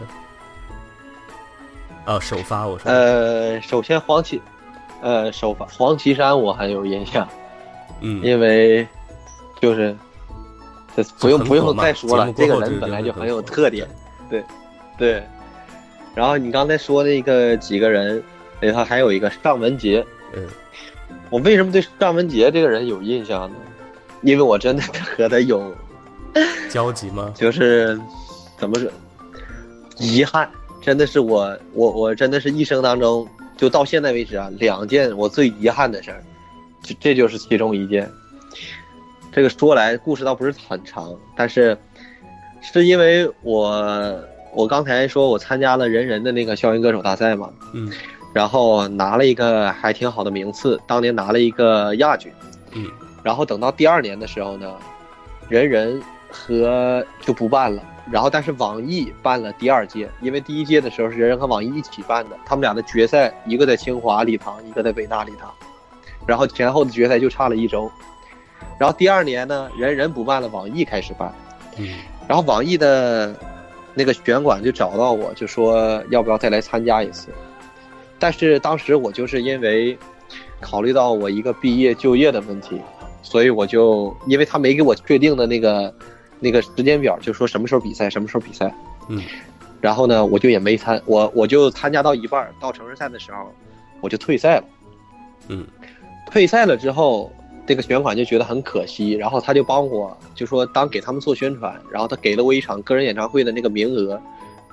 哦，首发我说。 呃，首先黄绮，呃，首发黄绮珊我很有印象。 嗯， 因为就是这不用不用再说了，这个人本来就很有特点，对对。然后你刚才说那个几个人，里头还有一个尚雯婕， 嗯， 我为什么对尚雯婕这个人有印象呢？因为我真的和他有交集吗？ 就是怎么说，遗憾，真的是我我我真的是一生当中就到现在为止啊，两件我最遗憾的事儿。这就是其中一件。这个说来故事倒不是很长，但是是因为我我刚才说我参加了人人的那个校园歌手大赛嘛， 嗯， 然后拿了一个还挺好的名次，当年拿了一个亚军， 嗯， 然后等到第二年的时候呢，人人和就不办了，然后但是网易办了第二届，因为第一届的时候是人人和网易一起办的，他们俩的决赛一个在清华礼堂，一个在北大礼堂。然后前后的决赛就差了一周，然后第二年呢，人人不办了，网易开始办， 嗯， 然后网易的那个选管就找到我，就说要不要再来参加一次，但是当时我就是因为考虑到我一个毕业就业的问题，所以我就因为他没给我确定的那个那个时间表，就说什么时候比赛什么时候比赛， 嗯， 然后呢我就也没参，我我就参加到一半，到城市赛的时候我就退赛了， 嗯。 退赛了之后，这个选管就觉得很可惜，然后他就帮我就说当给他们做宣传，然后他给了我一场个人演唱会的那个名额，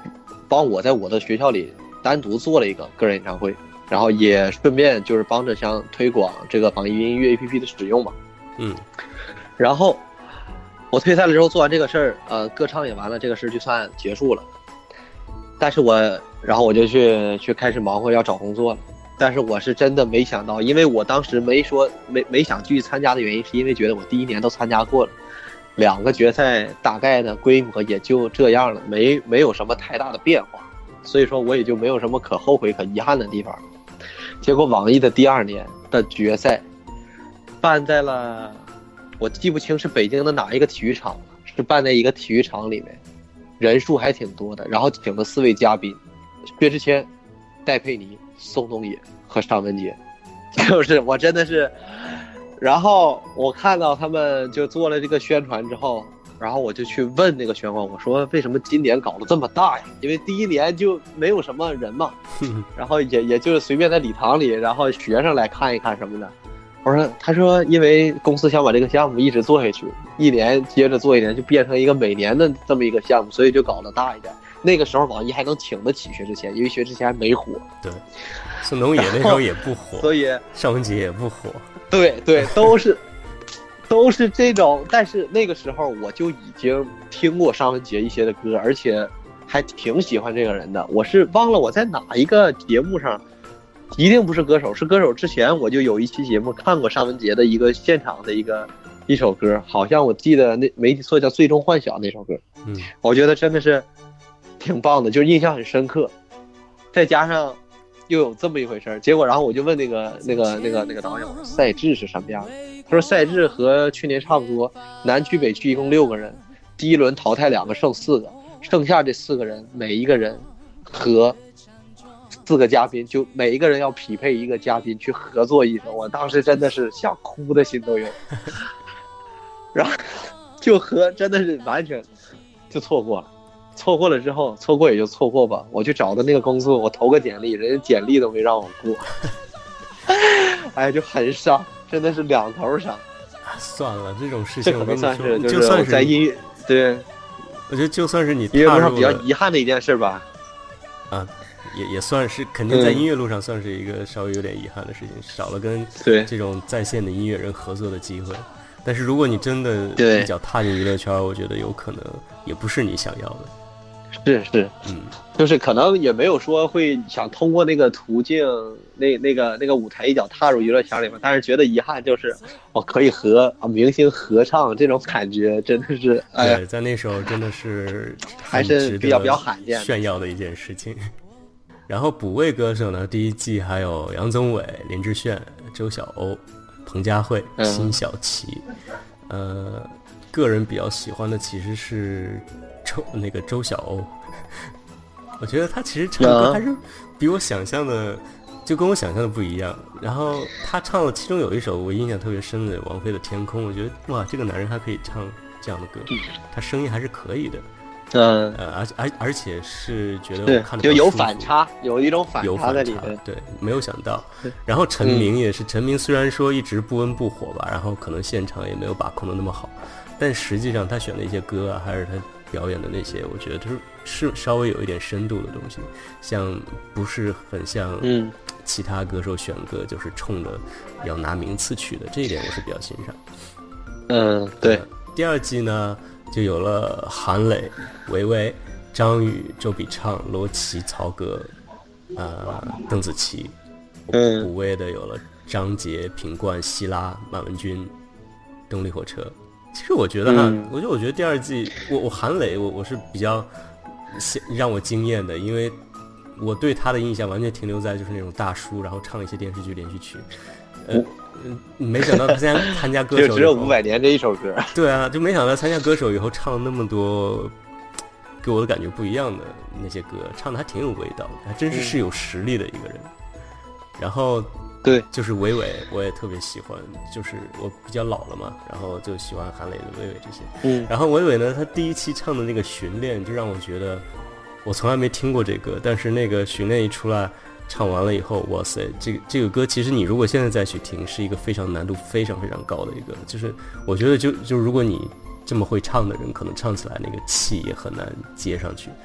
帮我在我的学校里单独做了一个个人演唱会，然后也顺便就是帮着像推广这个网易云音乐 A P P 的使用嘛。 嗯， 然后我退赛了之后做完这个事儿，呃，歌唱也完了，这个事就算结束了。但是我，然后我就去去开始忙活要找工作了。但是我是真的没想到，因为我当时没说没没想继续参加的原因，是因为觉得我第一年都参加过了，两个决赛大概的规模也就这样了，没没有什么太大的变化，所以说我也就没有什么可后悔可遗憾的地方。结果网易的第二年的决赛办在了，我记不清是北京的哪一个体育场了，是办在一个体育场里面，人数还挺多的，然后请了四位嘉宾，薛之谦、戴佩妮、宋冬野和尚雯婕，就是我真的是，然后我看到他们就做了这个宣传之后，然后我就去问那个宣传，我说为什么今年搞得这么大呀？因为第一年就没有什么人嘛，然后也也就是随便在礼堂里，然后学生来看一看什么的。我说，他说因为公司想把这个项目一直做下去，一年接着做一年，就变成一个每年的这么一个项目，所以就搞得大一点。那个时候网易还能请得起薛之谦，因为薛之谦还没火。 对，宋冬野那时候也不火， 所以尚雯婕也不火。 对对，都是都是这种。但是那个时候我就已经听过尚雯婕一些的歌，而且还挺喜欢这个人的。我是忘了我在哪一个节目上，一定不是歌手，是歌手之前我就有一期节目看过尚雯婕的一个现场的一个一首歌，好像我记得那没错叫《最终幻想》那首歌。 嗯， 我觉得真的是挺棒的，就是印象很深刻。再加上又有这么一回事儿，结果然后我就问那个那个那个那个导演，我说赛制是什么样的？他说赛制和去年差不多，南区北区一共六个人，第一轮淘汰两个，剩四个，剩下这四个人每一个人和四个嘉宾，就每一个人要匹配一个嘉宾去合作一首。我当时真的是想哭的心都有，然后就和真的是完全就错过了。错过了之后，错过也就错过吧。我去找的那个工作，我投个简历，人家简历都没让我过，哎，就很伤，真的是两头伤。 算了，这种事情这可能算是就算是在音乐，对， 我觉得就算是你音乐路上踏入比较遗憾的一件事吧。 啊，也也算是，肯定在音乐路上算是一个稍微有点遗憾的事情，嗯、少了跟对这种在线的音乐人合作的机会。但是如果你真的一脚踏进娱乐圈，我觉得有可能也不是你想要的。 是是， 嗯， 就是可能也没有说会想通过那个途径，那那个那个舞台一脚踏入娱乐圈里面，但是觉得遗憾就是我可以和啊明星合唱，这种感觉真的是，哎呀， 对，在那时候真的是还是比较比较罕见炫耀的一件事情。然后补位歌手呢，第一季还有杨宗纬、林志炫、周晓鸥、彭佳慧、辛晓琪，嗯、呃，个人比较喜欢的其实是周那个周晓鸥，我觉得他其实唱歌还是比我想象的，就跟我想象的不一样。然后他唱了其中有一首我印象特别深的王菲的《天空》，我觉得哇，这个男人还可以唱这样的歌，他声音还是可以的。 嗯， 呃，而而而且是觉得我看得就有反差，有一种反差在里面。 对，没有想到。然后陈明也是，陈明虽然说一直不温不火吧，然后可能现场也没有把控的那么好，但实际上他选的一些歌啊，还是他表演的那些，我觉得就是是稍微有一点深度的东西，像不是很像其他歌手选歌就是冲着要拿名次去的，这一点我是比较欣赏。 嗯，对。 呃、第二季呢，就有了韩磊、维维、张宇、周笔畅、罗琦、曹格，呃，邓紫棋。 嗯， 补位的有了张杰、品冠、希拉、满文军、动力火车。其实我觉得哈， 嗯、 我觉得我觉得第二季，我我韩磊我我是比较让我惊艳的，因为我对他的印象完全停留在就是那种大叔，然后唱一些电视剧连续曲。呃，嗯，没想到他参加参加歌手就只有五百年这一首歌。 对啊，就没想到参加歌手以后唱了那么多，给我的感觉不一样的那些歌，唱的还挺有味道的，还真是是有实力的一个人。嗯、然后对， 就是韦韦，我也特别喜欢，就是我比较老了嘛，然后就喜欢韩磊的韦韦这些。 嗯， 然后韦韦呢，他第一期唱的那个《寻恋》，就让我觉得我从来没听过这歌，但是那个《寻恋》一出来。唱完了以后，哇塞，这个这个歌其实你如果现在再去听，是一个非常难度非常非常高的一个，就是我觉得就就如果你这么会唱的人，可能唱起来那个气也很难接上去。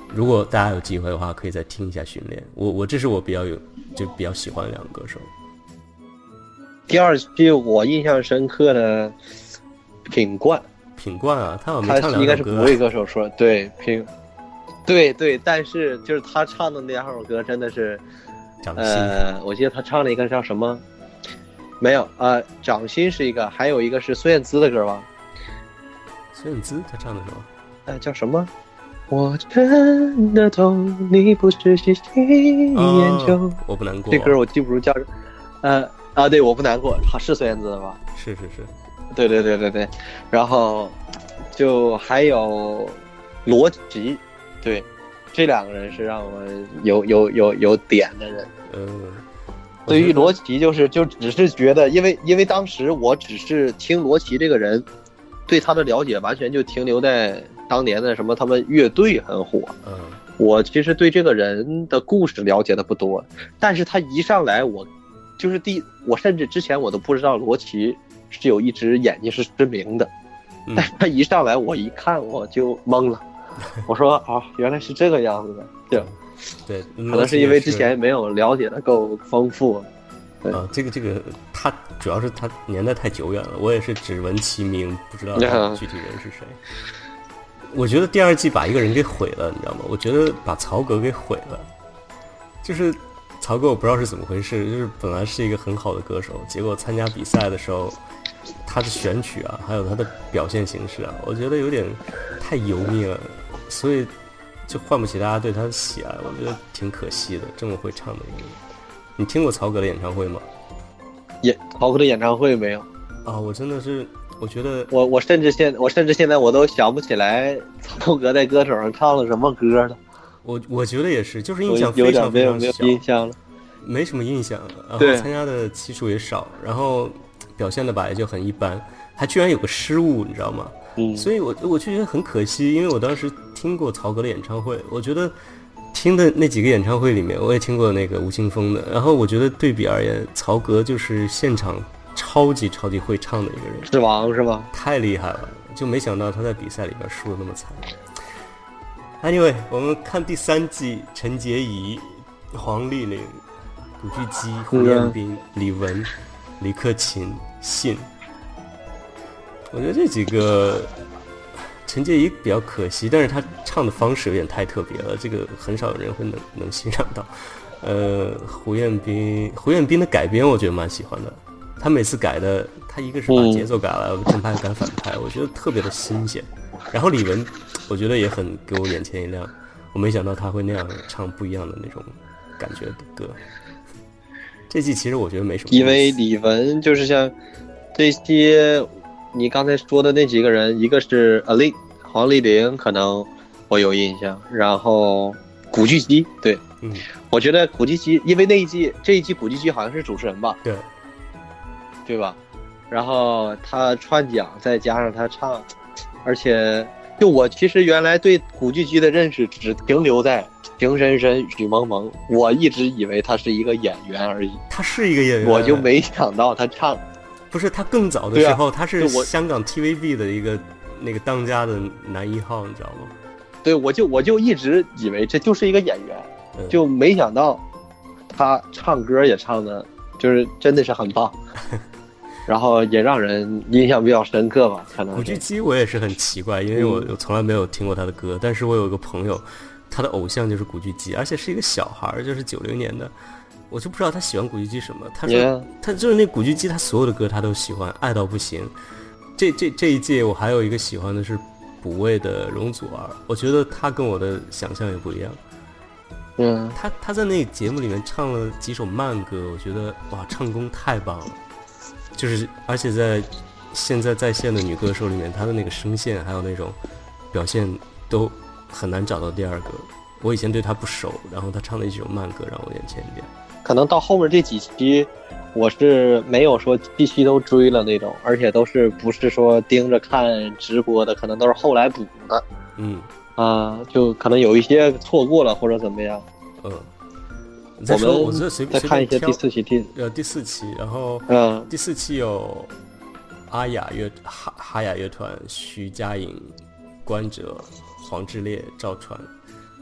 如果大家有机会的话，可以再听一下《训练》。我我这是我比较有就比较喜欢的两个歌手。 第二期我印象深刻的品冠， 品冠啊，他好像没唱两首歌， 他应该是不会歌手说对品，对对，但是就是他唱的那两首歌真的是，呃，我记得他唱了一个叫什么，没有呃，掌心是一个，还有一个是孙燕姿的歌吧？ 孙燕姿他唱的什么？ 呃，叫什么？我真的懂你不是细心研究、哦， 我不难过。 这歌我记不住叫，呃啊，对，我不难过，是孙燕姿的吧？ 是是是， 对对对对对。然后就还有罗琦，对，这两个人是让我有有有有点的人。 嗯， 对于罗琦就是就只是觉得，因为因为当时我只是听罗琦这个人，对他的了解完全就停留在当年的什么他们乐队很火。 嗯， 我其实对这个人的故事了解的不多，但是他一上来我就是第我甚至之前我都不知道罗琦是有一只眼睛是失明的， 嗯、 但是他一上来我一看我就懵了，我说啊原来是这个样子的，对对， 可能是因为之前没有了解的够丰富。 啊，这个这个他主要是他年代太久远了，我也是只闻其名，不知道具体人是谁。我觉得第二季把一个人给毁了，你知道吗？我觉得把曹格给毁了。就是曹格，我不知道是怎么回事，就是本来是一个很好的歌手，结果参加比赛的时候，他的选曲啊，还有他的表现形式啊，我觉得有点太油腻了，所以就唤不起大家对他的喜爱，我觉得挺可惜的。这么会唱的一个人，你听过曹格的演唱会吗？ 演曹格的演唱会没有啊？我真的是。我觉得我我甚至现我甚至现在我都想不起来曹格在歌手上唱了什么歌了。 我我觉得也是，就是印象非常非常小， 没有没有印象了， 没什么印象。然后参加的期数也少，然后表现的吧也就很一般，还居然有个失误，你知道吗？ 嗯， 所以我我就觉得很可惜，因为我当时听过曹格的演唱会，我觉得听的那几个演唱会里面，我也听过那个吴青峰的，然后我觉得对比而言，曹格就是现场超级超级会唱的一个人， 是王是吧？ 太厉害了，就没想到他在比赛里边输得那么惨。Anyway， 我们看第三季，陈洁仪、黄丽玲、古巨基、胡彦斌、李玟、李克勤、信。我觉得这几个，陈洁仪比较可惜，但是他唱的方式有点太特别了，这个很少有人会能能欣赏到。呃，胡彦斌，胡彦斌的改编我觉得蛮喜欢的。他每次改的，他一个是把节奏改了，正拍改反拍，我觉得特别的新鲜。然后李玟，我觉得也很给我眼前一亮，我没想到他会那样唱不一样的那种感觉的歌。这季其实我觉得没什么， 因为李玟就是像这些你刚才说的那几个人，一个是阿丽、黄丽玲，可能我有印象，然后古巨基，对， 嗯， 我觉得古巨基，因为那一季这一季古巨基好像是主持人吧， 对。 对吧？然后他串讲，再加上他唱，而且就我其实原来对古巨基的认识只停留在情深深雨蒙蒙，我一直以为他是一个演员而已。 他是一个演员， 我就没想到他唱。 不是，他更早的时候， 啊、 他是香港 T V B 的一个那个当家的男一号，你知道吗？ 对，我就我就一直以为这就是一个演员， 嗯、 就没想到他唱歌也唱的，就是真的是很棒。然后也让人印象比较深刻吧，可能。 古巨基我也是很奇怪，因为我我从来没有听过他的歌，嗯、但是我有个朋友，他的偶像就是古巨基，而且是一个小孩，就是九零年的，我就不知道他喜欢古巨基什么。他说、yeah. 他就是那古巨基，他所有的歌他都喜欢，爱到不行。这这这一届我还有一个喜欢的是补位的容祖儿，我觉得他跟我的想象也不一样。 嗯， 他他在那个节目里面唱了几首慢歌，我觉得哇，唱功太棒了。就是，而且在现在在线的女歌手里面，她的那个声线还有那种表现都很难找到第二个。我以前对她不熟，然后她唱的几首慢歌让我眼前一亮。 可能到后面这几期，我是没有说期期都追了那种，而且都是不是说盯着看直播的，可能都是后来补的。 嗯， 啊、呃，就可能有一些错过了或者怎么样。 嗯。 我们我这随再看一些第四期第呃第四期，然后嗯第四期有阿雅乐哈哈雅乐团、徐佳莹、关喆、黄致列、赵传，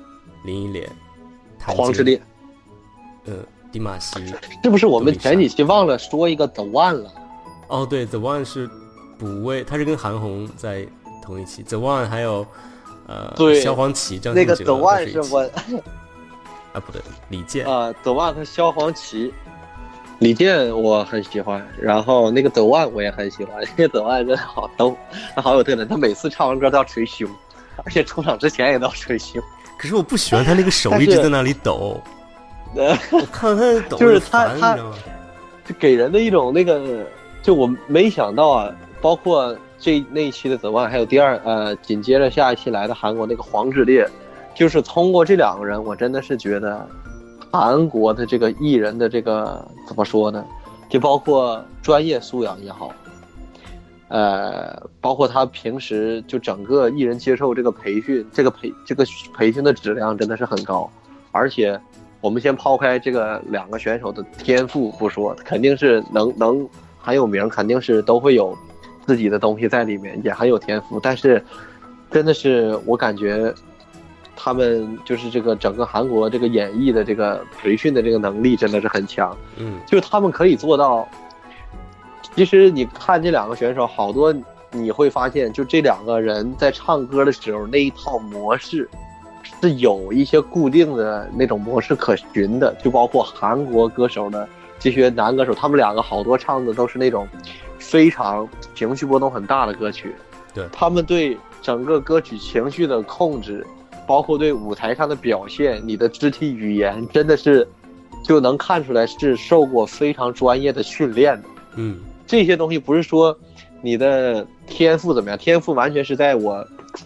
林忆莲、 黄致列， 呃，迪玛希， 是不是我们前几期忘了说一个 The One 了？ 哦，对 ，The One 是补位，他是跟韩红在同一期。The One 还有呃， 对， 萧煌奇、张那个信 The 哲 One 是我啊，不对，李健啊 ，The One 和萧煌奇。李健我很喜欢，然后那个 The One 我也很喜欢，那个 The One 真的好都他好有特点，他每次唱完歌都要捶胸，而且出场之前也都要捶胸。 可是我不喜欢他那个手一直在那里抖， 呃， 我看他抖就是他他就给人的一种那个，就我没想到啊，包括这那一期的 The One， 还有第二呃紧接着下一期来的韩国那个黄致列，就是通过这两个人，我真的是觉得。韩国的这个艺人的这个怎么说呢？就包括专业素养也好，呃，包括他平时就整个艺人接受这个培训，这个培这个培训的质量真的是很高。而且我们先抛开这个两个选手的天赋不说，肯定是能能很有名，肯定是都会有自己的东西在里面，也很有天赋。但是真的是我感觉。他们就是这个整个韩国这个演艺的这个培训的这个能力真的是很强， 嗯， 就是他们可以做到。其实你看这两个选手，好多你会发现，就这两个人在唱歌的时候那一套模式是有一些固定的那种模式可循的，就包括韩国歌手的这些男歌手，他们两个好多唱的都是那种非常情绪波动很大的歌曲， 对， 他们对整个歌曲情绪的控制。包括对舞台上的表现，你的肢体语言真的是就能看出来是受过非常专业的训练的。 嗯， 这些东西不是说你的天赋怎么样，天赋完全是在我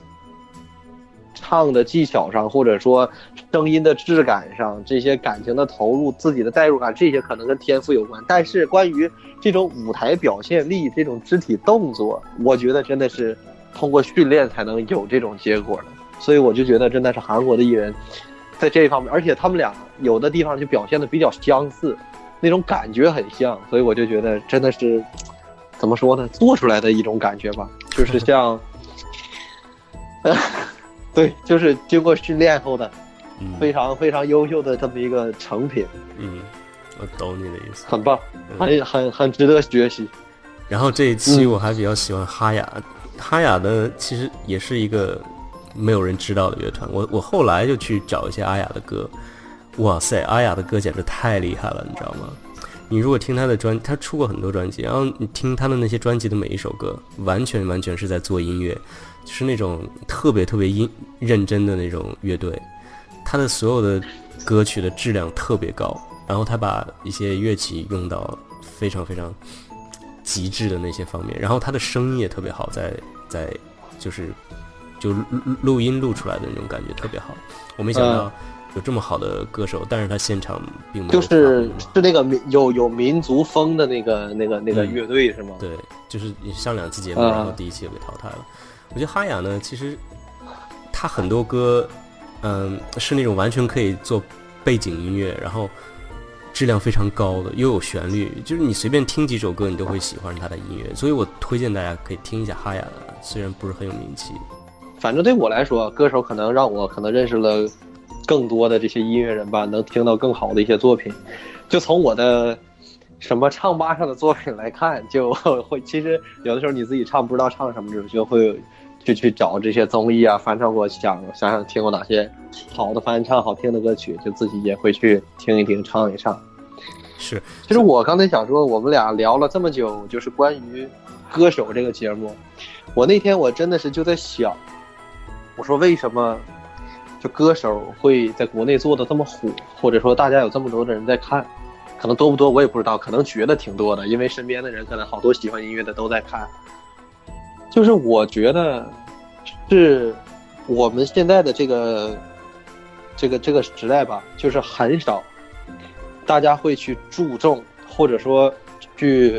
唱的技巧上，或者说声音的质感上，这些感情的投入、自己的代入感，这些可能跟天赋有关。但是关于这种舞台表现力、这种肢体动作，我觉得真的是通过训练才能有这种结果的。所以我就觉得真的是韩国的艺人在这一方面，而且他们俩有的地方就表现的比较相似，那种感觉很像，所以我就觉得真的是怎么说呢，做出来的一种感觉吧，就是像呃对，就是经过训练后的非常非常优秀的这么一个成品。 嗯，我懂你的意思， 很棒，很很很值得学习。 然后这一期我还比较喜欢哈雅，嗯、哈雅呢其实也是一个没有人知道的乐团，我我后来就去找一些阿雅的歌，哇塞，阿雅的歌简直太厉害了，你知道吗？你如果听他的专，他出过很多专辑，然后你听他的那些专辑的每一首歌，完全完全是在做音乐，就是那种特别特别音认真的那种乐队，他的所有的歌曲的质量特别高，然后他把一些乐器用到非常非常极致的那些方面，然后他的声音也特别好，在在就是就录录音录出来的那种感觉特别好。我没想到有这么好的歌手，但是他现场并没有就是是那个民有有民族风的那个那个那个乐队、嗯、是吗？ 对，就是上两期节目，然后第一期就被淘汰了。我觉得哈雅呢，其实他很多歌，嗯，是那种完全可以做背景音乐，然后质量非常高的，又有旋律，就是你随便听几首歌，你都会喜欢他的音乐。所以我推荐大家可以听一下哈雅的，虽然不是很有名气。 反正对我来说，歌手可能让我可能认识了更多的这些音乐人吧，能听到更好的一些作品。就从我的什么唱吧上的作品来看，就会其实有的时候你自己唱不知道唱什么时候，就会就去找这些综艺啊，翻唱过，想想想听过哪些好的翻唱好听的歌曲，就自己也会去听一听，唱一唱。 是， 其实我刚才想说，我们俩聊了这么久，就是关于歌手这个节目，我那天我真的是就在想，我说为什么就歌手会在国内做的这么火，或者说大家有这么多的人在看，可能多不多我也不知道，可能觉得挺多的，因为身边的人可能好多喜欢音乐的都在看。就是我觉得是我们现在的这个这个这个时代吧，就是很少大家会去注重或者说去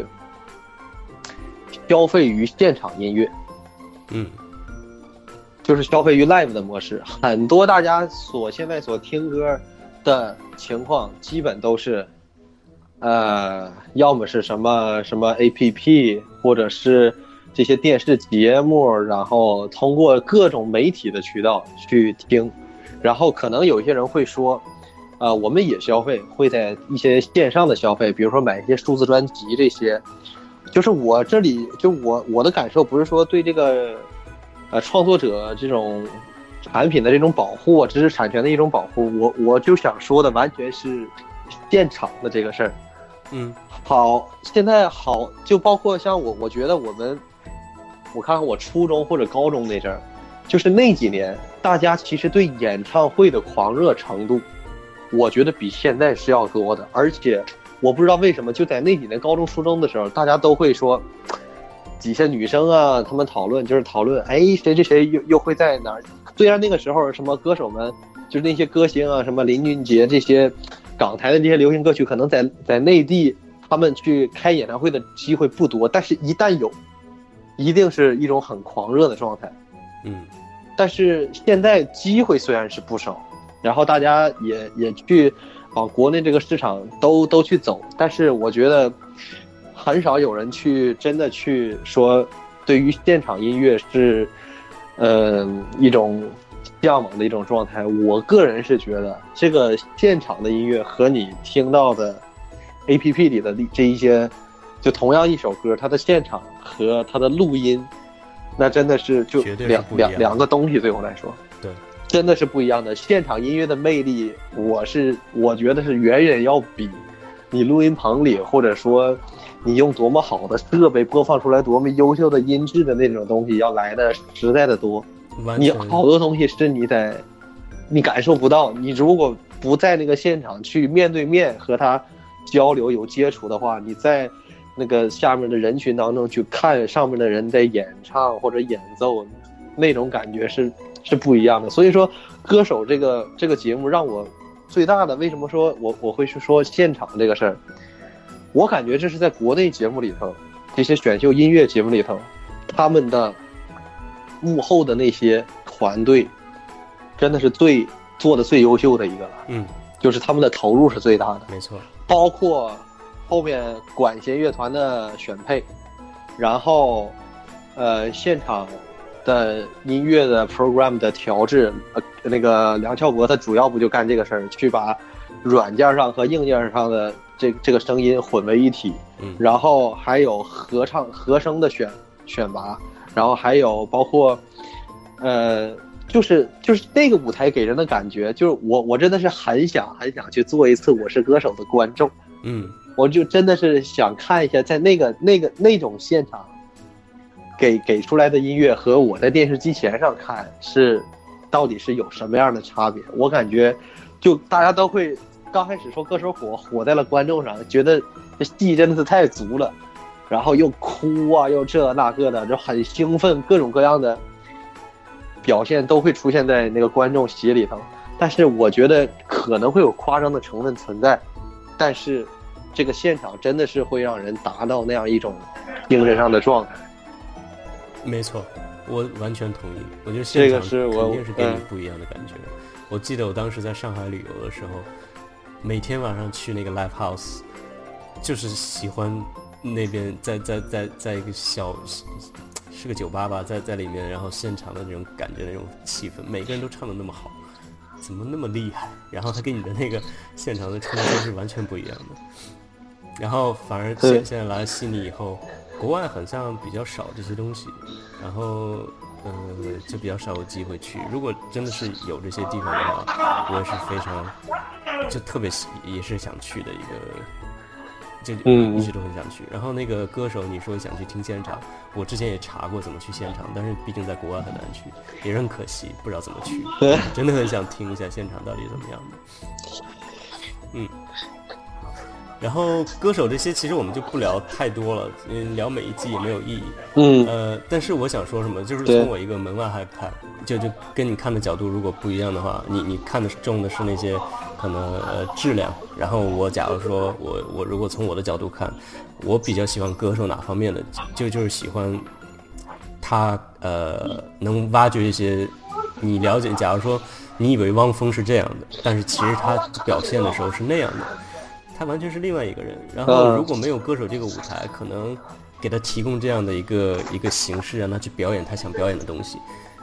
消费于现场音乐， 嗯。 就是消费于 live 的模式，很多大家所现在所听歌的情况，基本都是，呃，要么是什么什么 A P P， 或者是这些电视节目，然后通过各种媒体的渠道去听， 然后可能有一些人会说，呃，我们也消费，会在一些线上的消费，比如说买一些数字专辑这些。就是我这里就我我的感受不是说对这个呃创作者这种产品的这种保护，知识产权的一种保护，我我就想说的完全是现场的这个事儿。 嗯， 好，现在好，就包括像我，我觉得我们，我看看我初中或者高中那阵儿，就是那几年，大家其实对演唱会的狂热程度，我觉得比现在是要多的，而且。我不知道为什么，就在那几年高中、初中的时候，大家都会说，几些女生啊，她们讨论就是讨论，哎，谁谁谁又又会在哪儿？虽然那个时候什么歌手们，就是那些歌星啊，什么林俊杰这些港台的这些流行歌曲，可能在在内地他们去开演唱会的机会不多，但是一旦有，一定是一种很狂热的状态。 嗯， 但是现在机会虽然是不少，然后大家也也去。往国内这个市场都都去走，但是我觉得很少有人去真的去说，对于现场音乐是，呃，一种向往的一种状态。我个人是觉得，这个现场的音乐和你听到的 A P P 里的这一些，就同样一首歌，它的现场和它的录音，那真的是就两两两个东西，对我来说， 对。 真的是不一样的。现场音乐的魅力，我是我觉得是远远要比你录音棚里，或者说你用多么好的设备播放出来多么优秀的音质的那种东西要来的实在的多。你好多东西是你在你感受不到，你如果不在那个现场去面对面和他交流有接触的话，你在那个下面的人群当中去看上面的人在演唱或者演奏，那种感觉是是不一样的。所以说歌手这个这个节目让我最大的，为什么说我我会去说现场这个事儿，我感觉这是在国内节目里头，这些选秀音乐节目里头，他们的幕后的那些团队真的是最做的最优秀的一个了。 嗯， 就是他们的投入是最大的， 没错。包括后面管弦乐团的选配，然后呃现场的音乐的 program 的调制，呃，那个梁翘柏他主要不就干这个事儿，去把软件上和硬件上的这这个声音混为一体， 嗯， 然后还有合唱和声的选选拔，然后还有包括，呃，就是就是那个舞台给人的感觉，就是我我真的是很想很想去做一次《我是歌手》的观众， 嗯， 我就真的是想看一下在那个那个那种现场。给给出来的音乐和我在电视机前上看是，到底是有什么样的差别？我感觉，就大家都会刚开始说歌手火火在了观众上，觉得这戏真的是太足了，然后又哭啊，又这那个的，就很兴奋，各种各样的表现都会出现在那个观众席里头。但是我觉得可能会有夸张的成分存在，但是这个现场真的是会让人达到那样一种精神上的状态。 没错，我完全同意。我觉得现场肯定是给你不一样的感觉。嗯、我记得我当时在上海旅游的时候，每天晚上去那个 live house， 就是喜欢那边在在在在一个小是个酒吧吧，在在里面，然后现场的那种感觉、那种气氛，每个人都唱得那么好，怎么那么厉害？然后他给你的那个现场的冲击是完全不一样的。然后反而现现在来了悉尼以后。国外好像比较少这些东西，然后呃就比较少有机会去。如果真的是有这些地方的话，我也是非常就特别也是想去的一个，就一直都很想去。然后那个歌手，你说想去听现场，我之前也查过怎么去现场，但是毕竟在国外很难去，也是很可惜，不知道怎么去。真的很想听一下现场到底怎么样的。嗯。然后歌手这些其实我们就不聊太多了，嗯，聊每一季也没有意义。 嗯， 呃，但是我想说什么，就是从我一个门外汉看，就就跟你看的角度如果不一样的话，你你看的重的是那些可能呃质量，然后我假如说我我如果从我的角度看，我比较喜欢歌手哪方面的，就就是喜欢他呃能挖掘一些你了解，假如说你以为汪峰是这样的，但是其实他表现的时候是那样的。他完全是另外一个人，然后如果没有歌手这个舞台，可能给他提供这样的一个一个形式，让他去表演他想表演的东西，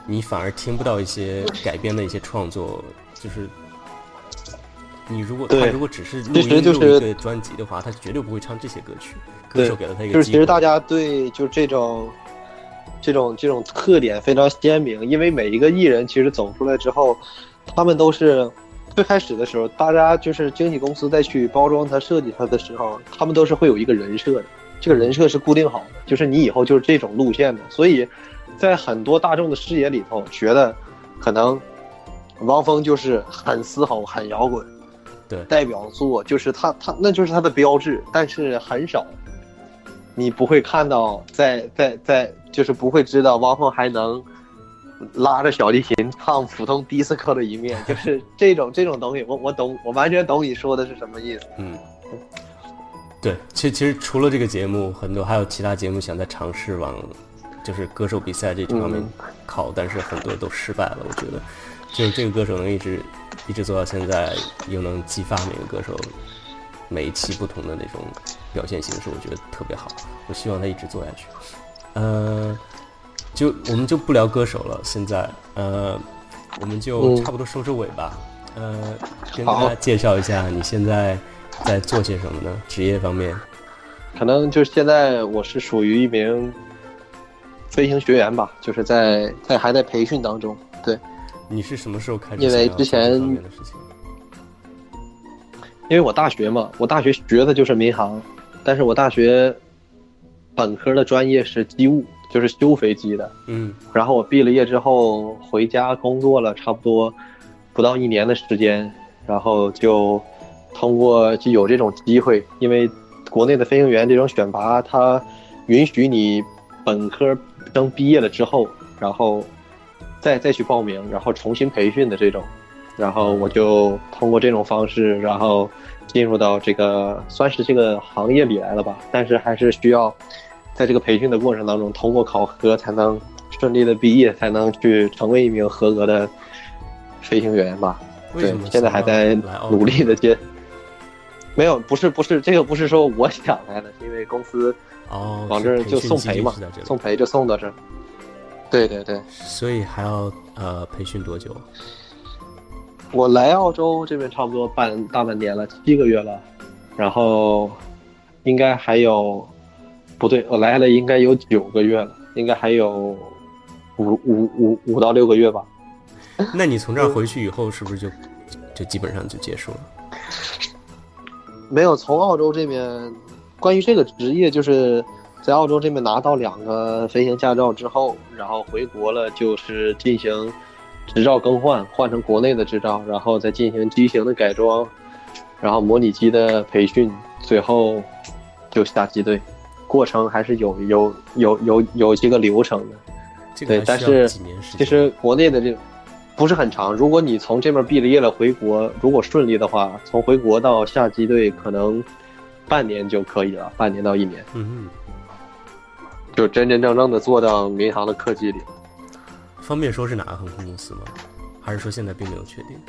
你反而听不到一些改编的一些创作，就是你如果他如果只是录音录一个专辑的话，他绝对不会唱这些歌曲。歌手给了他一个机会， 就是其实大家对就这种这种这种特点非常鲜明，因为每一个艺人其实走出来之后，他们都是最开始的时候，大家就是经纪公司在去包装他、设计他的时候，他们都是会有一个人设的，这个人设是固定好的，就是你以后就是这种路线的，所以在很多大众的视野里头，觉得可能汪峰就是很嘶吼、很摇滚， 对， 代表作就是他他那就是他的标志，但是很少，你不会看到在在在就是不会知道汪峰还能拉着小提琴唱普通迪斯科的一面，就是这种这种东西，我我懂，我完全懂你说的是什么意思。 嗯，对，其实其实除了这个节目，很多还有其他节目想在尝试往就是歌手比赛这方面靠，嗯、但是很多都失败了。我觉得，就是这个歌手能一直一直做到现在，又能激发每个歌手每一期不同的那种表现形式，我觉得特别好。我希望他一直做下去。呃，就我们就不聊歌手了，现在呃，我们就差不多收收尾吧。嗯、呃，跟大家介绍一下你现在在做些什么呢？职业方面， 可能就是现在我是属于一名飞行学员吧，就是在在还在培训当中。对， 你是什么时候开始？ 因为之前，因为我大学嘛，我大学学的就是民航，但是我大学本科的专业是机务，就是修飞机的。嗯，然后我毕了业之后回家工作了，差不多不到一年的时间，然后就通过就有这种机会，因为国内的飞行员这种选拔，它允许你本科生毕业了之后，然后再再去报名，然后重新培训的这种，然后我就通过这种方式，然后进入到这个算是这个行业里来了吧，但是还是需要在这个培训的过程当中通过考核才能顺利的毕业，才能去成为一名合格的飞行员吧。对，现在还在努力的接。没有，不是不是这个不是说我想来的，是因为公司哦往这儿就送培嘛，送培就送到这儿。对对对。 所以还要呃培训多久？ 我来澳洲这边差不多半大半年了，七个月了，然后应该还有不对，我来了应该有九个月了，应该还有五五五五到六个月吧。 那你从这儿回去以后，是不是就就基本上就结束了？ 没有，从澳洲这边，关于这个职业，就是在澳洲这边拿到两个飞行驾照之后，然后回国了，就是进行执照更换，换成国内的执照，然后再进行机型的改装，然后模拟机的培训，最后就下机队。过程还是有有有有有这个流程的。 这个、对，但是其实国内的这个不是很长。如果你从这边毕了业了回国，如果顺利的话，从回国到下机队可能半年就可以了，半年到一年。 嗯， 就真真正正的做到民航的客机里。 方便说是哪个航空公司吗？还是说现在并没有确定？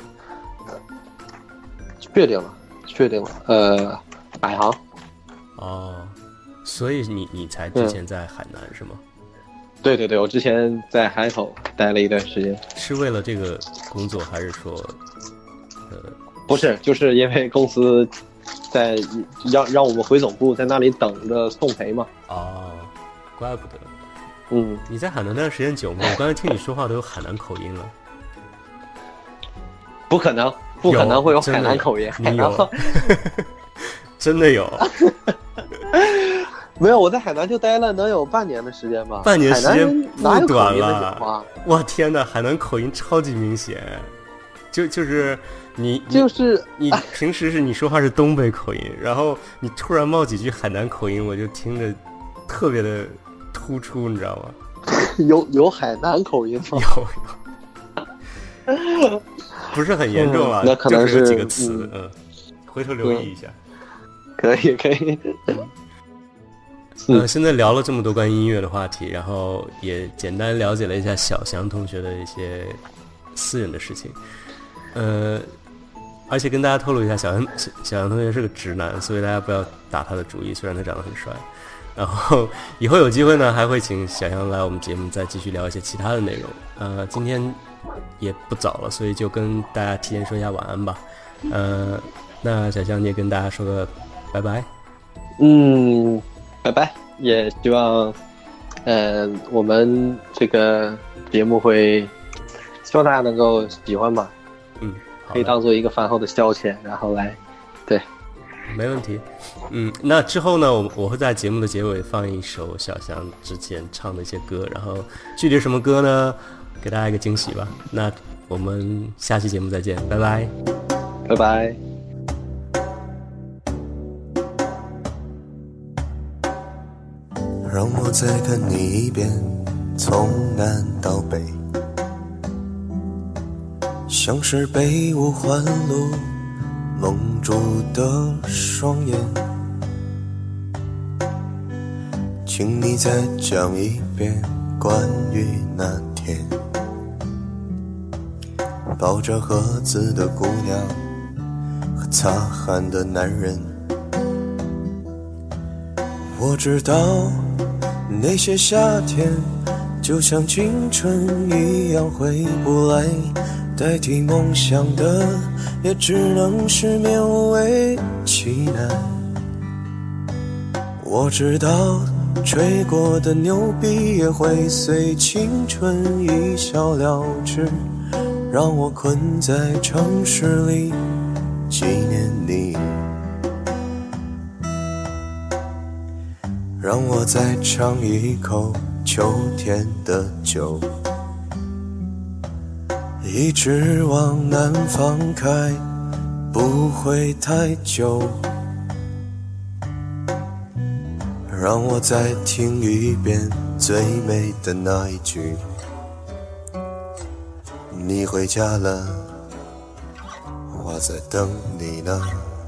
确定了，确定了。呃，海航。 哦，所以你你才之前在海南、嗯、是吗？ 对对对，我之前在海口待了一段时间。 是为了这个工作，还是说，呃， 不是，就是因为公司在让让我们回总部，在那里等着送培嘛。 哦，怪不得。 嗯， 你在海南待的时间久吗？我刚才听你说话都有海南口音了。 不可能，不可能会有海南口音。 你有？真的有？ 没有，我在海南就待了能有半年的时间吧。 半年时间不短了。 哇天哪，海南口音超级明显，就就是你就是你平时是你说话是东北口音，然后你突然冒几句海南口音，我就听着特别的突出，你知道吗？ 有有海南口音吗？ 有，不是很严重啊， 嗯、那可能是有几个词，嗯，嗯回头留意一下。 可以可以。 呃，现在聊了这么多关于音乐的话题，然后也简单了解了一下小翔同学的一些私人的事情。呃，而且跟大家透露一下，小翔小翔同学是个直男，所以大家不要打他的主意，虽然他长得很帅。 然后以后有机会呢，还会请小杨来我们节目再继续聊一些其他的内容。呃，今天也不早了，所以就跟大家提前说一下晚安吧。呃，那小杨你也跟大家说个拜拜。 嗯，拜拜，也希望，呃，我们这个节目会，希望大家能够喜欢吧。 嗯， 可以当做一个饭后的消遣，然后来，对。 没问题，嗯，那之后呢，我我会在节目的结尾放一首小翔之前唱的一些歌，然后具体什么歌呢，给大家一个惊喜吧。那我们下期节目再见，拜拜， 拜拜。 让我再看你一遍，从南到北，像是被五环路蒙住的双眼，请你再讲一遍关于那天抱着盒子的姑娘和擦汗的男人。我知道那些夏天就像青春一样回不来，代替梦想的也只能是勉为其难。我知道吹过的牛逼也会随青春一笑了之，让我困在城市里纪念你。让我再尝一口秋天的酒，一直往南方开，不会太久。让我再听一遍最美的那一句，你回家了，我在等你呢。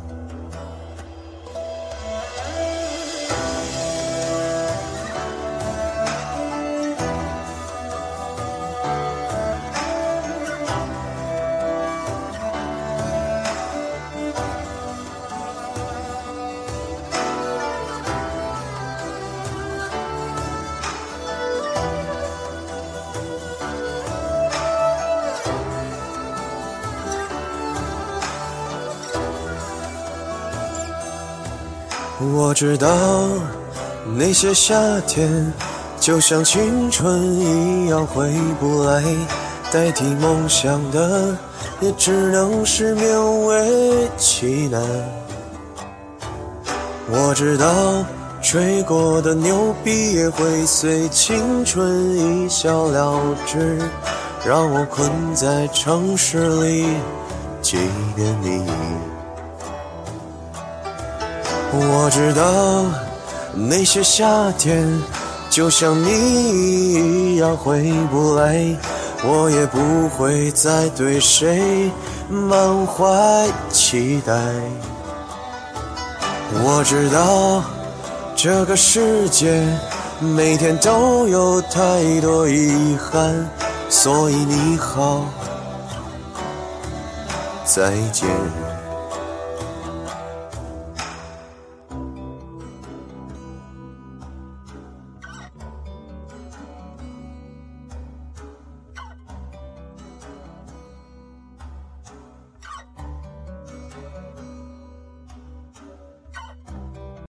我知道那些夏天就像青春一样回不来，代替梦想的也只能是勉为其难。我知道吹过的牛逼也会随青春一笑了之，让我困在城市里纪念你。我知道那些夏天就像你一样回不来，我也不会再对谁满怀期待。我知道这个世界每天都有太多遗憾，所以你好，再见。